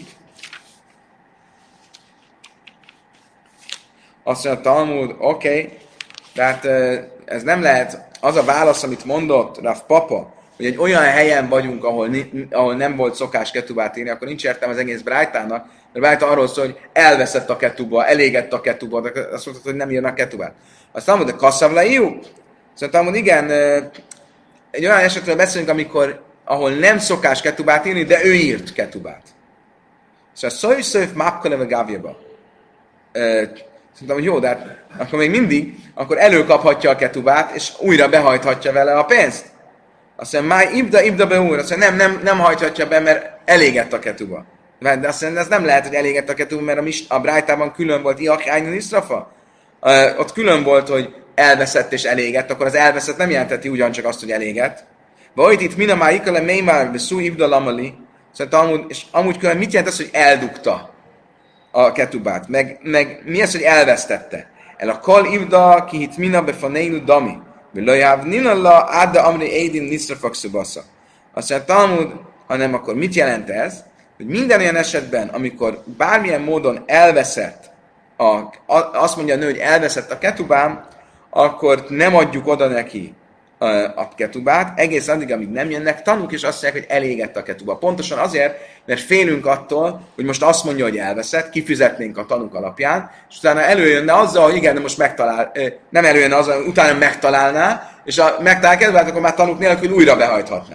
Azt mondja a Talmud, oké, okay, de hát ez nem lehet, az a válasz, amit mondott Rav Papa, hogy egy olyan helyen vagyunk, ahol, ahol nem volt szokás ketubát írni, akkor nincs értelme az egész Brájtának, mert Brájta arról szól, hogy elveszett a ketuba, elégett a ketuba, de azt mondtad, hogy nem írnak ketubát. Azt mondod, de kasszavla ihu? Szóval mondod, igen, egy olyan esetről beszélünk, amikor, ahol nem szokás ketubát írni, de ő írt ketubát. Szóval szöjv szöjv mápkaleve gávjaba. Szerintem, hogy jó, de hát akkor még mindig, akkor előkaphatja a ketubát, és újra behajthatja vele a pénzt. Azt mondja, máj ibda, ibda be úr. Azt mondja, nem, nem, nem hajthatja be, mert elégett a ketuba. De azt mondja, ez nem lehet, hogy elégett a ketuba, mert a, mis- a Brájtában külön volt iak ányon iszrafa. Uh, ott külön volt, hogy elveszett és elégett, akkor az elveszett nem jelenteti ugyancsak azt, hogy elégett. Vagy itt mina már ikale mély már beszú ibda lamali. Szóval amúgy, és amúgy külön mit jelent az, hogy eldugta a ketubát? Meg, meg mi az, hogy elvesztette? El a kal ibda kihit mina befaneilu dami. Bilajáv ninalla adda amri édin nisztrafakszubasza. Azt mondja, Talmud, hanem akkor mit jelent ez? Hogy minden olyan esetben, amikor bármilyen módon elveszett, a, a, azt mondja a nő, hogy elveszett a ketubám, akkor nem adjuk oda neki a, a ketubát, egész addig, amíg nem jönnek tanúk, és azt mondják, hogy elégett a ketuba. Pontosan azért, mert félünk attól, hogy most azt mondja, hogy elveszett, kifizetnénk a tanúk alapján, és utána előjönne azzal, hogy igen, de most megtalál, nem előjönne azzal, utána megtalálná, és a megtalál ketubát, akkor már tanúk nélkül újra behajthatná.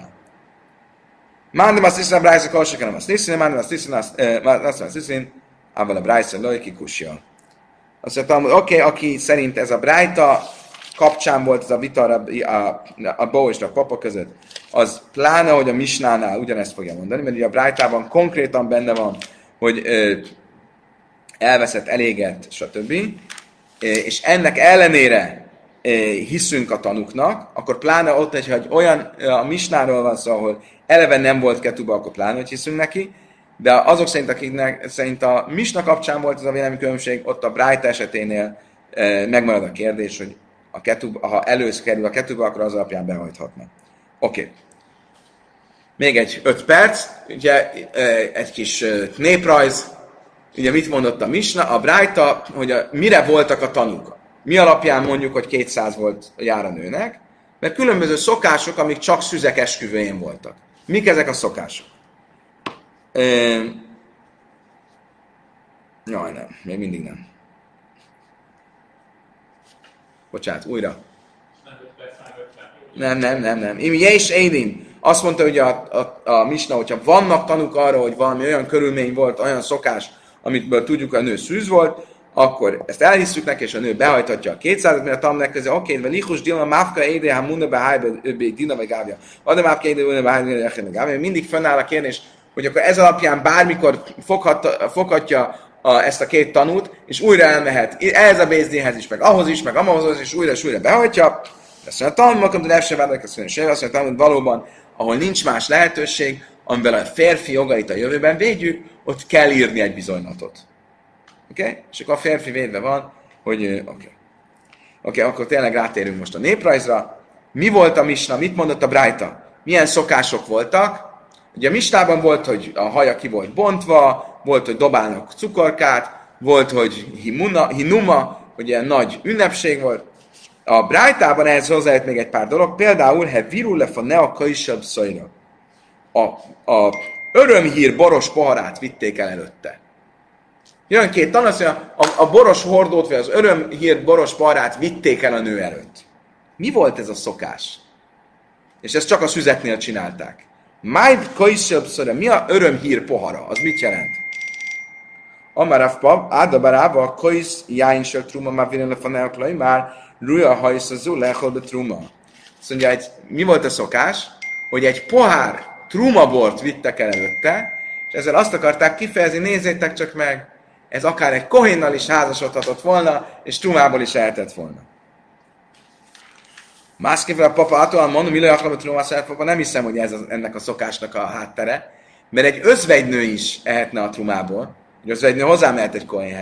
Mándem azt hiszem, Brájsza kalsakenem azt hiszem, mándem azt hiszem, azt hiszem, ával a Brájsza lojki kusja. Azt mondtam, hogy oké, okay, aki szerint ez a Brájta kapcsán volt ez a vita a, a, a Bo és a Papa között, az pláne, hogy a Misnánál ugyanezt fogja mondani, mert ugye a Brájtában konkrétan benne van, hogy ö, elveszett, elégett, stb. És ennek ellenére ö, hiszünk a tanuknak, akkor pláne ott, hogyha egy olyan, a Misnáról van szó, ahol eleve nem volt ketuba, akkor pláne, hogy hiszünk neki, de azok szerint, akiknek szerint a Misna kapcsán volt ez a véleménykülönbség, ott a Brájta eseténél e, megmarad a kérdés, hogy a ketuba, ha elősz kerül a ketuba, akkor az alapján behajthatna. Oké. Okay. Még egy öt perc, ugye e, egy kis e, néprajz, ugye mit mondott a Misna, a Brájta, hogy a, mire voltak a tanúk. Mi alapján mondjuk, hogy kétszáz volt a jár a nőnek, mert különböző szokások, amik csak szüzek esküvőjén voltak. Mik ezek a szokások? Um, jaj, nem. Még mindig nem. Bocsánat, újra. Nem, nem, nem, nem. Imi és Édin. Azt mondta, hogy a, a, a Misna, hogyha vannak tanúk arra, hogy valami olyan körülmény volt, olyan szokás, amitből tudjuk, hogy a nő szűz volt, akkor ezt elhisszük neki, és a nő behajthatja a kétszázat, mert a tanulnak közé, oké, de lichus dilma mávka éde, ha munna behájba, öbbé, dina vagy gávja. Adja mávka éde, munna behájba, gávja. Mindig fönnáll a kérdés, hogy akkor ez alapján bármikor foghat, foghatja a, ezt a két tanút, és újra elmehet ehhez a bézdéhez is, meg ahhoz is, meg ahhoz is, és újra és újra behajtja. Azt mondja, a tanulmakom, de első vádnak, azt mondja, azt mondja, hogy valóban, ahol nincs más lehetőség, amivel a férfi jogait a jövőben védjük, ott kell írni egy bizonylatot. Oké? Okay? És akkor a férfi védve van, hogy oké. Okay. Oké, okay, akkor tényleg rátérünk most a néprajzra. Mi volt a Misna? Mit mondott a Brájta? Milyen szokások voltak? Ugye a Misnában volt, hogy a haja ki volt bontva, volt, hogy dobálnak cukorkát, volt, hogy himuna, hinuma, hogy ilyen nagy ünnepség volt. A Brájtában ehhez hozzájött még egy pár dolog, például, he virul le a nea kaisabb szajra. A, a örömhír boros poharát vitték el előtte. Jön két tanul, azt mondja, a, a boros hordót, vagy az örömhír boros poharát vitték el a nő előtt. Mi volt ez a szokás? És ezt csak a szüzeknél csinálták. Majd kaisabb szajra, mi a örömhír pohara? Az mit jelent? Amarafpab, ádabarába, kaisz jáinsök truma, már vinne le a neoklai, már ruja hajszazú, lehol be truma. Azt mondja, egy, mi volt a szokás? Hogy egy pohár trumabort vittek el előtte, és ezzel azt akarták kifejezni, nézzétek csak meg, ez akár egy kohénnal is házasodhatott volna, és trumából is eltett volna. Másképpen a papa attól mondom, mi lejaklom a trumát, papa, nem hiszem, hogy ez az, ennek a szokásnak a háttere, mert egy özvegynő is ehetne a trumából, egy özvegynő hozzámehet egy kohénhez,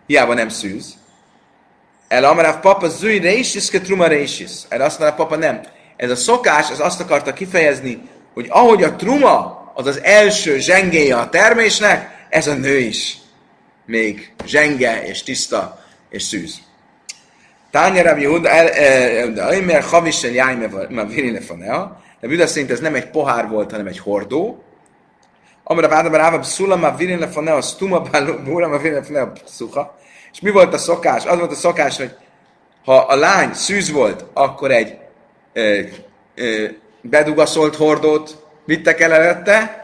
hiába nem szűz. El amaráv papa zúj reisis, ke truma reisis. Erre azt mondja, papa nem. Ez a szokás, ez azt akarta kifejezni, hogy ahogy a truma az az első zsengéje a termésnek, ez a nő is még zsenge és tiszta és szűz. Tánja Rabbi Yehuda, Aimer Havisen Jájme Virine Fanea, de Buda szerint ez nem egy pohár volt, hanem egy hordó. Amara Vádaba Ráva Szulama Virine Fanea, Stuma Búrama Virine Fanea Szuha. És mi volt a szokás? Az volt a szokás, hogy ha a lány szűz volt, akkor egy ö, ö, bedugaszolt hordót vittek el előtte,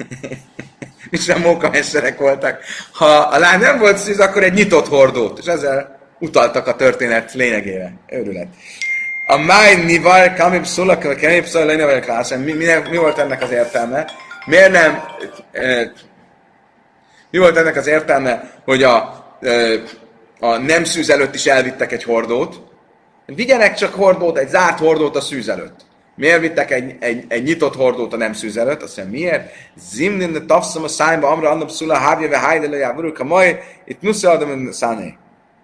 és nem mókamesterek voltak. Ha a lány nem volt szűz, akkor egy nyitott hordót, és ezzel utaltak a történet lényegére. Őrület. A máj nivar kamib szulak, kamib szulak, lényevel klászán. Mi, mi, mi volt ennek az értelme? Miért nem... E, mi volt ennek az értelme, hogy a, e, a nem szűz előtt is elvittek egy hordót? Vigyenek csak hordót, egy zárt hordót a szűz előtt. Miért vittek egy, egy, egy nyitott hordót a nem szűz előtt? Azt mondja, miért? Zimnin de tafszom a szájba, amra annap szula, hábjeve, hájdelőjá, buruk, a majd, itt nusza adom a száné.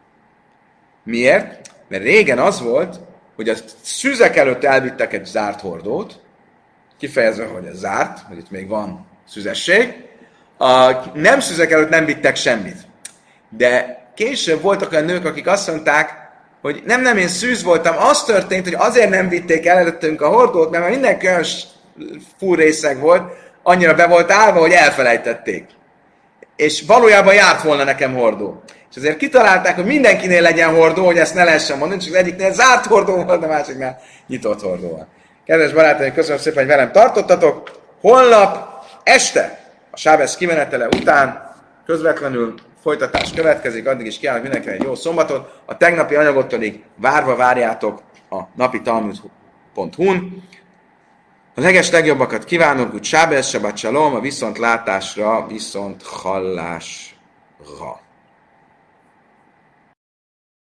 Miért? Mert régen az volt, hogy a szűzek előtt elvittek egy zárt hordót, kifejezve, hogy ez zárt, hogy itt még van szüzesség, a nem szűzek előtt nem vittek semmit. De később voltak olyan nők, akik azt mondták, hogy nem, nem, én szűz voltam, az történt, hogy azért nem vitték el előttünk a hordót, mert már mindenki olyan fúrészeg volt, annyira be volt állva, hogy elfelejtették. És valójában járt volna nekem hordó. És azért kitalálták, hogy mindenkinél legyen hordó, hogy ezt ne lehessen mondani, csak az egyiknél zárt hordó volt, a másiknál nyitott hordó volt. Kedves barátaim, köszönöm szépen, hogy velem tartottatok. Holnap este, a Sábesz kimenetele után közvetlenül folytatás következik, addig is kívánok mindenkinek egy jó szombatot. A tegnapi anyagot pedig várva várjátok a napi talmud pont hu-n. A leges legjobbakat kívánok, úgy Sábesz, Shabbat Shalom, a viszontlátásra, viszont hallásra.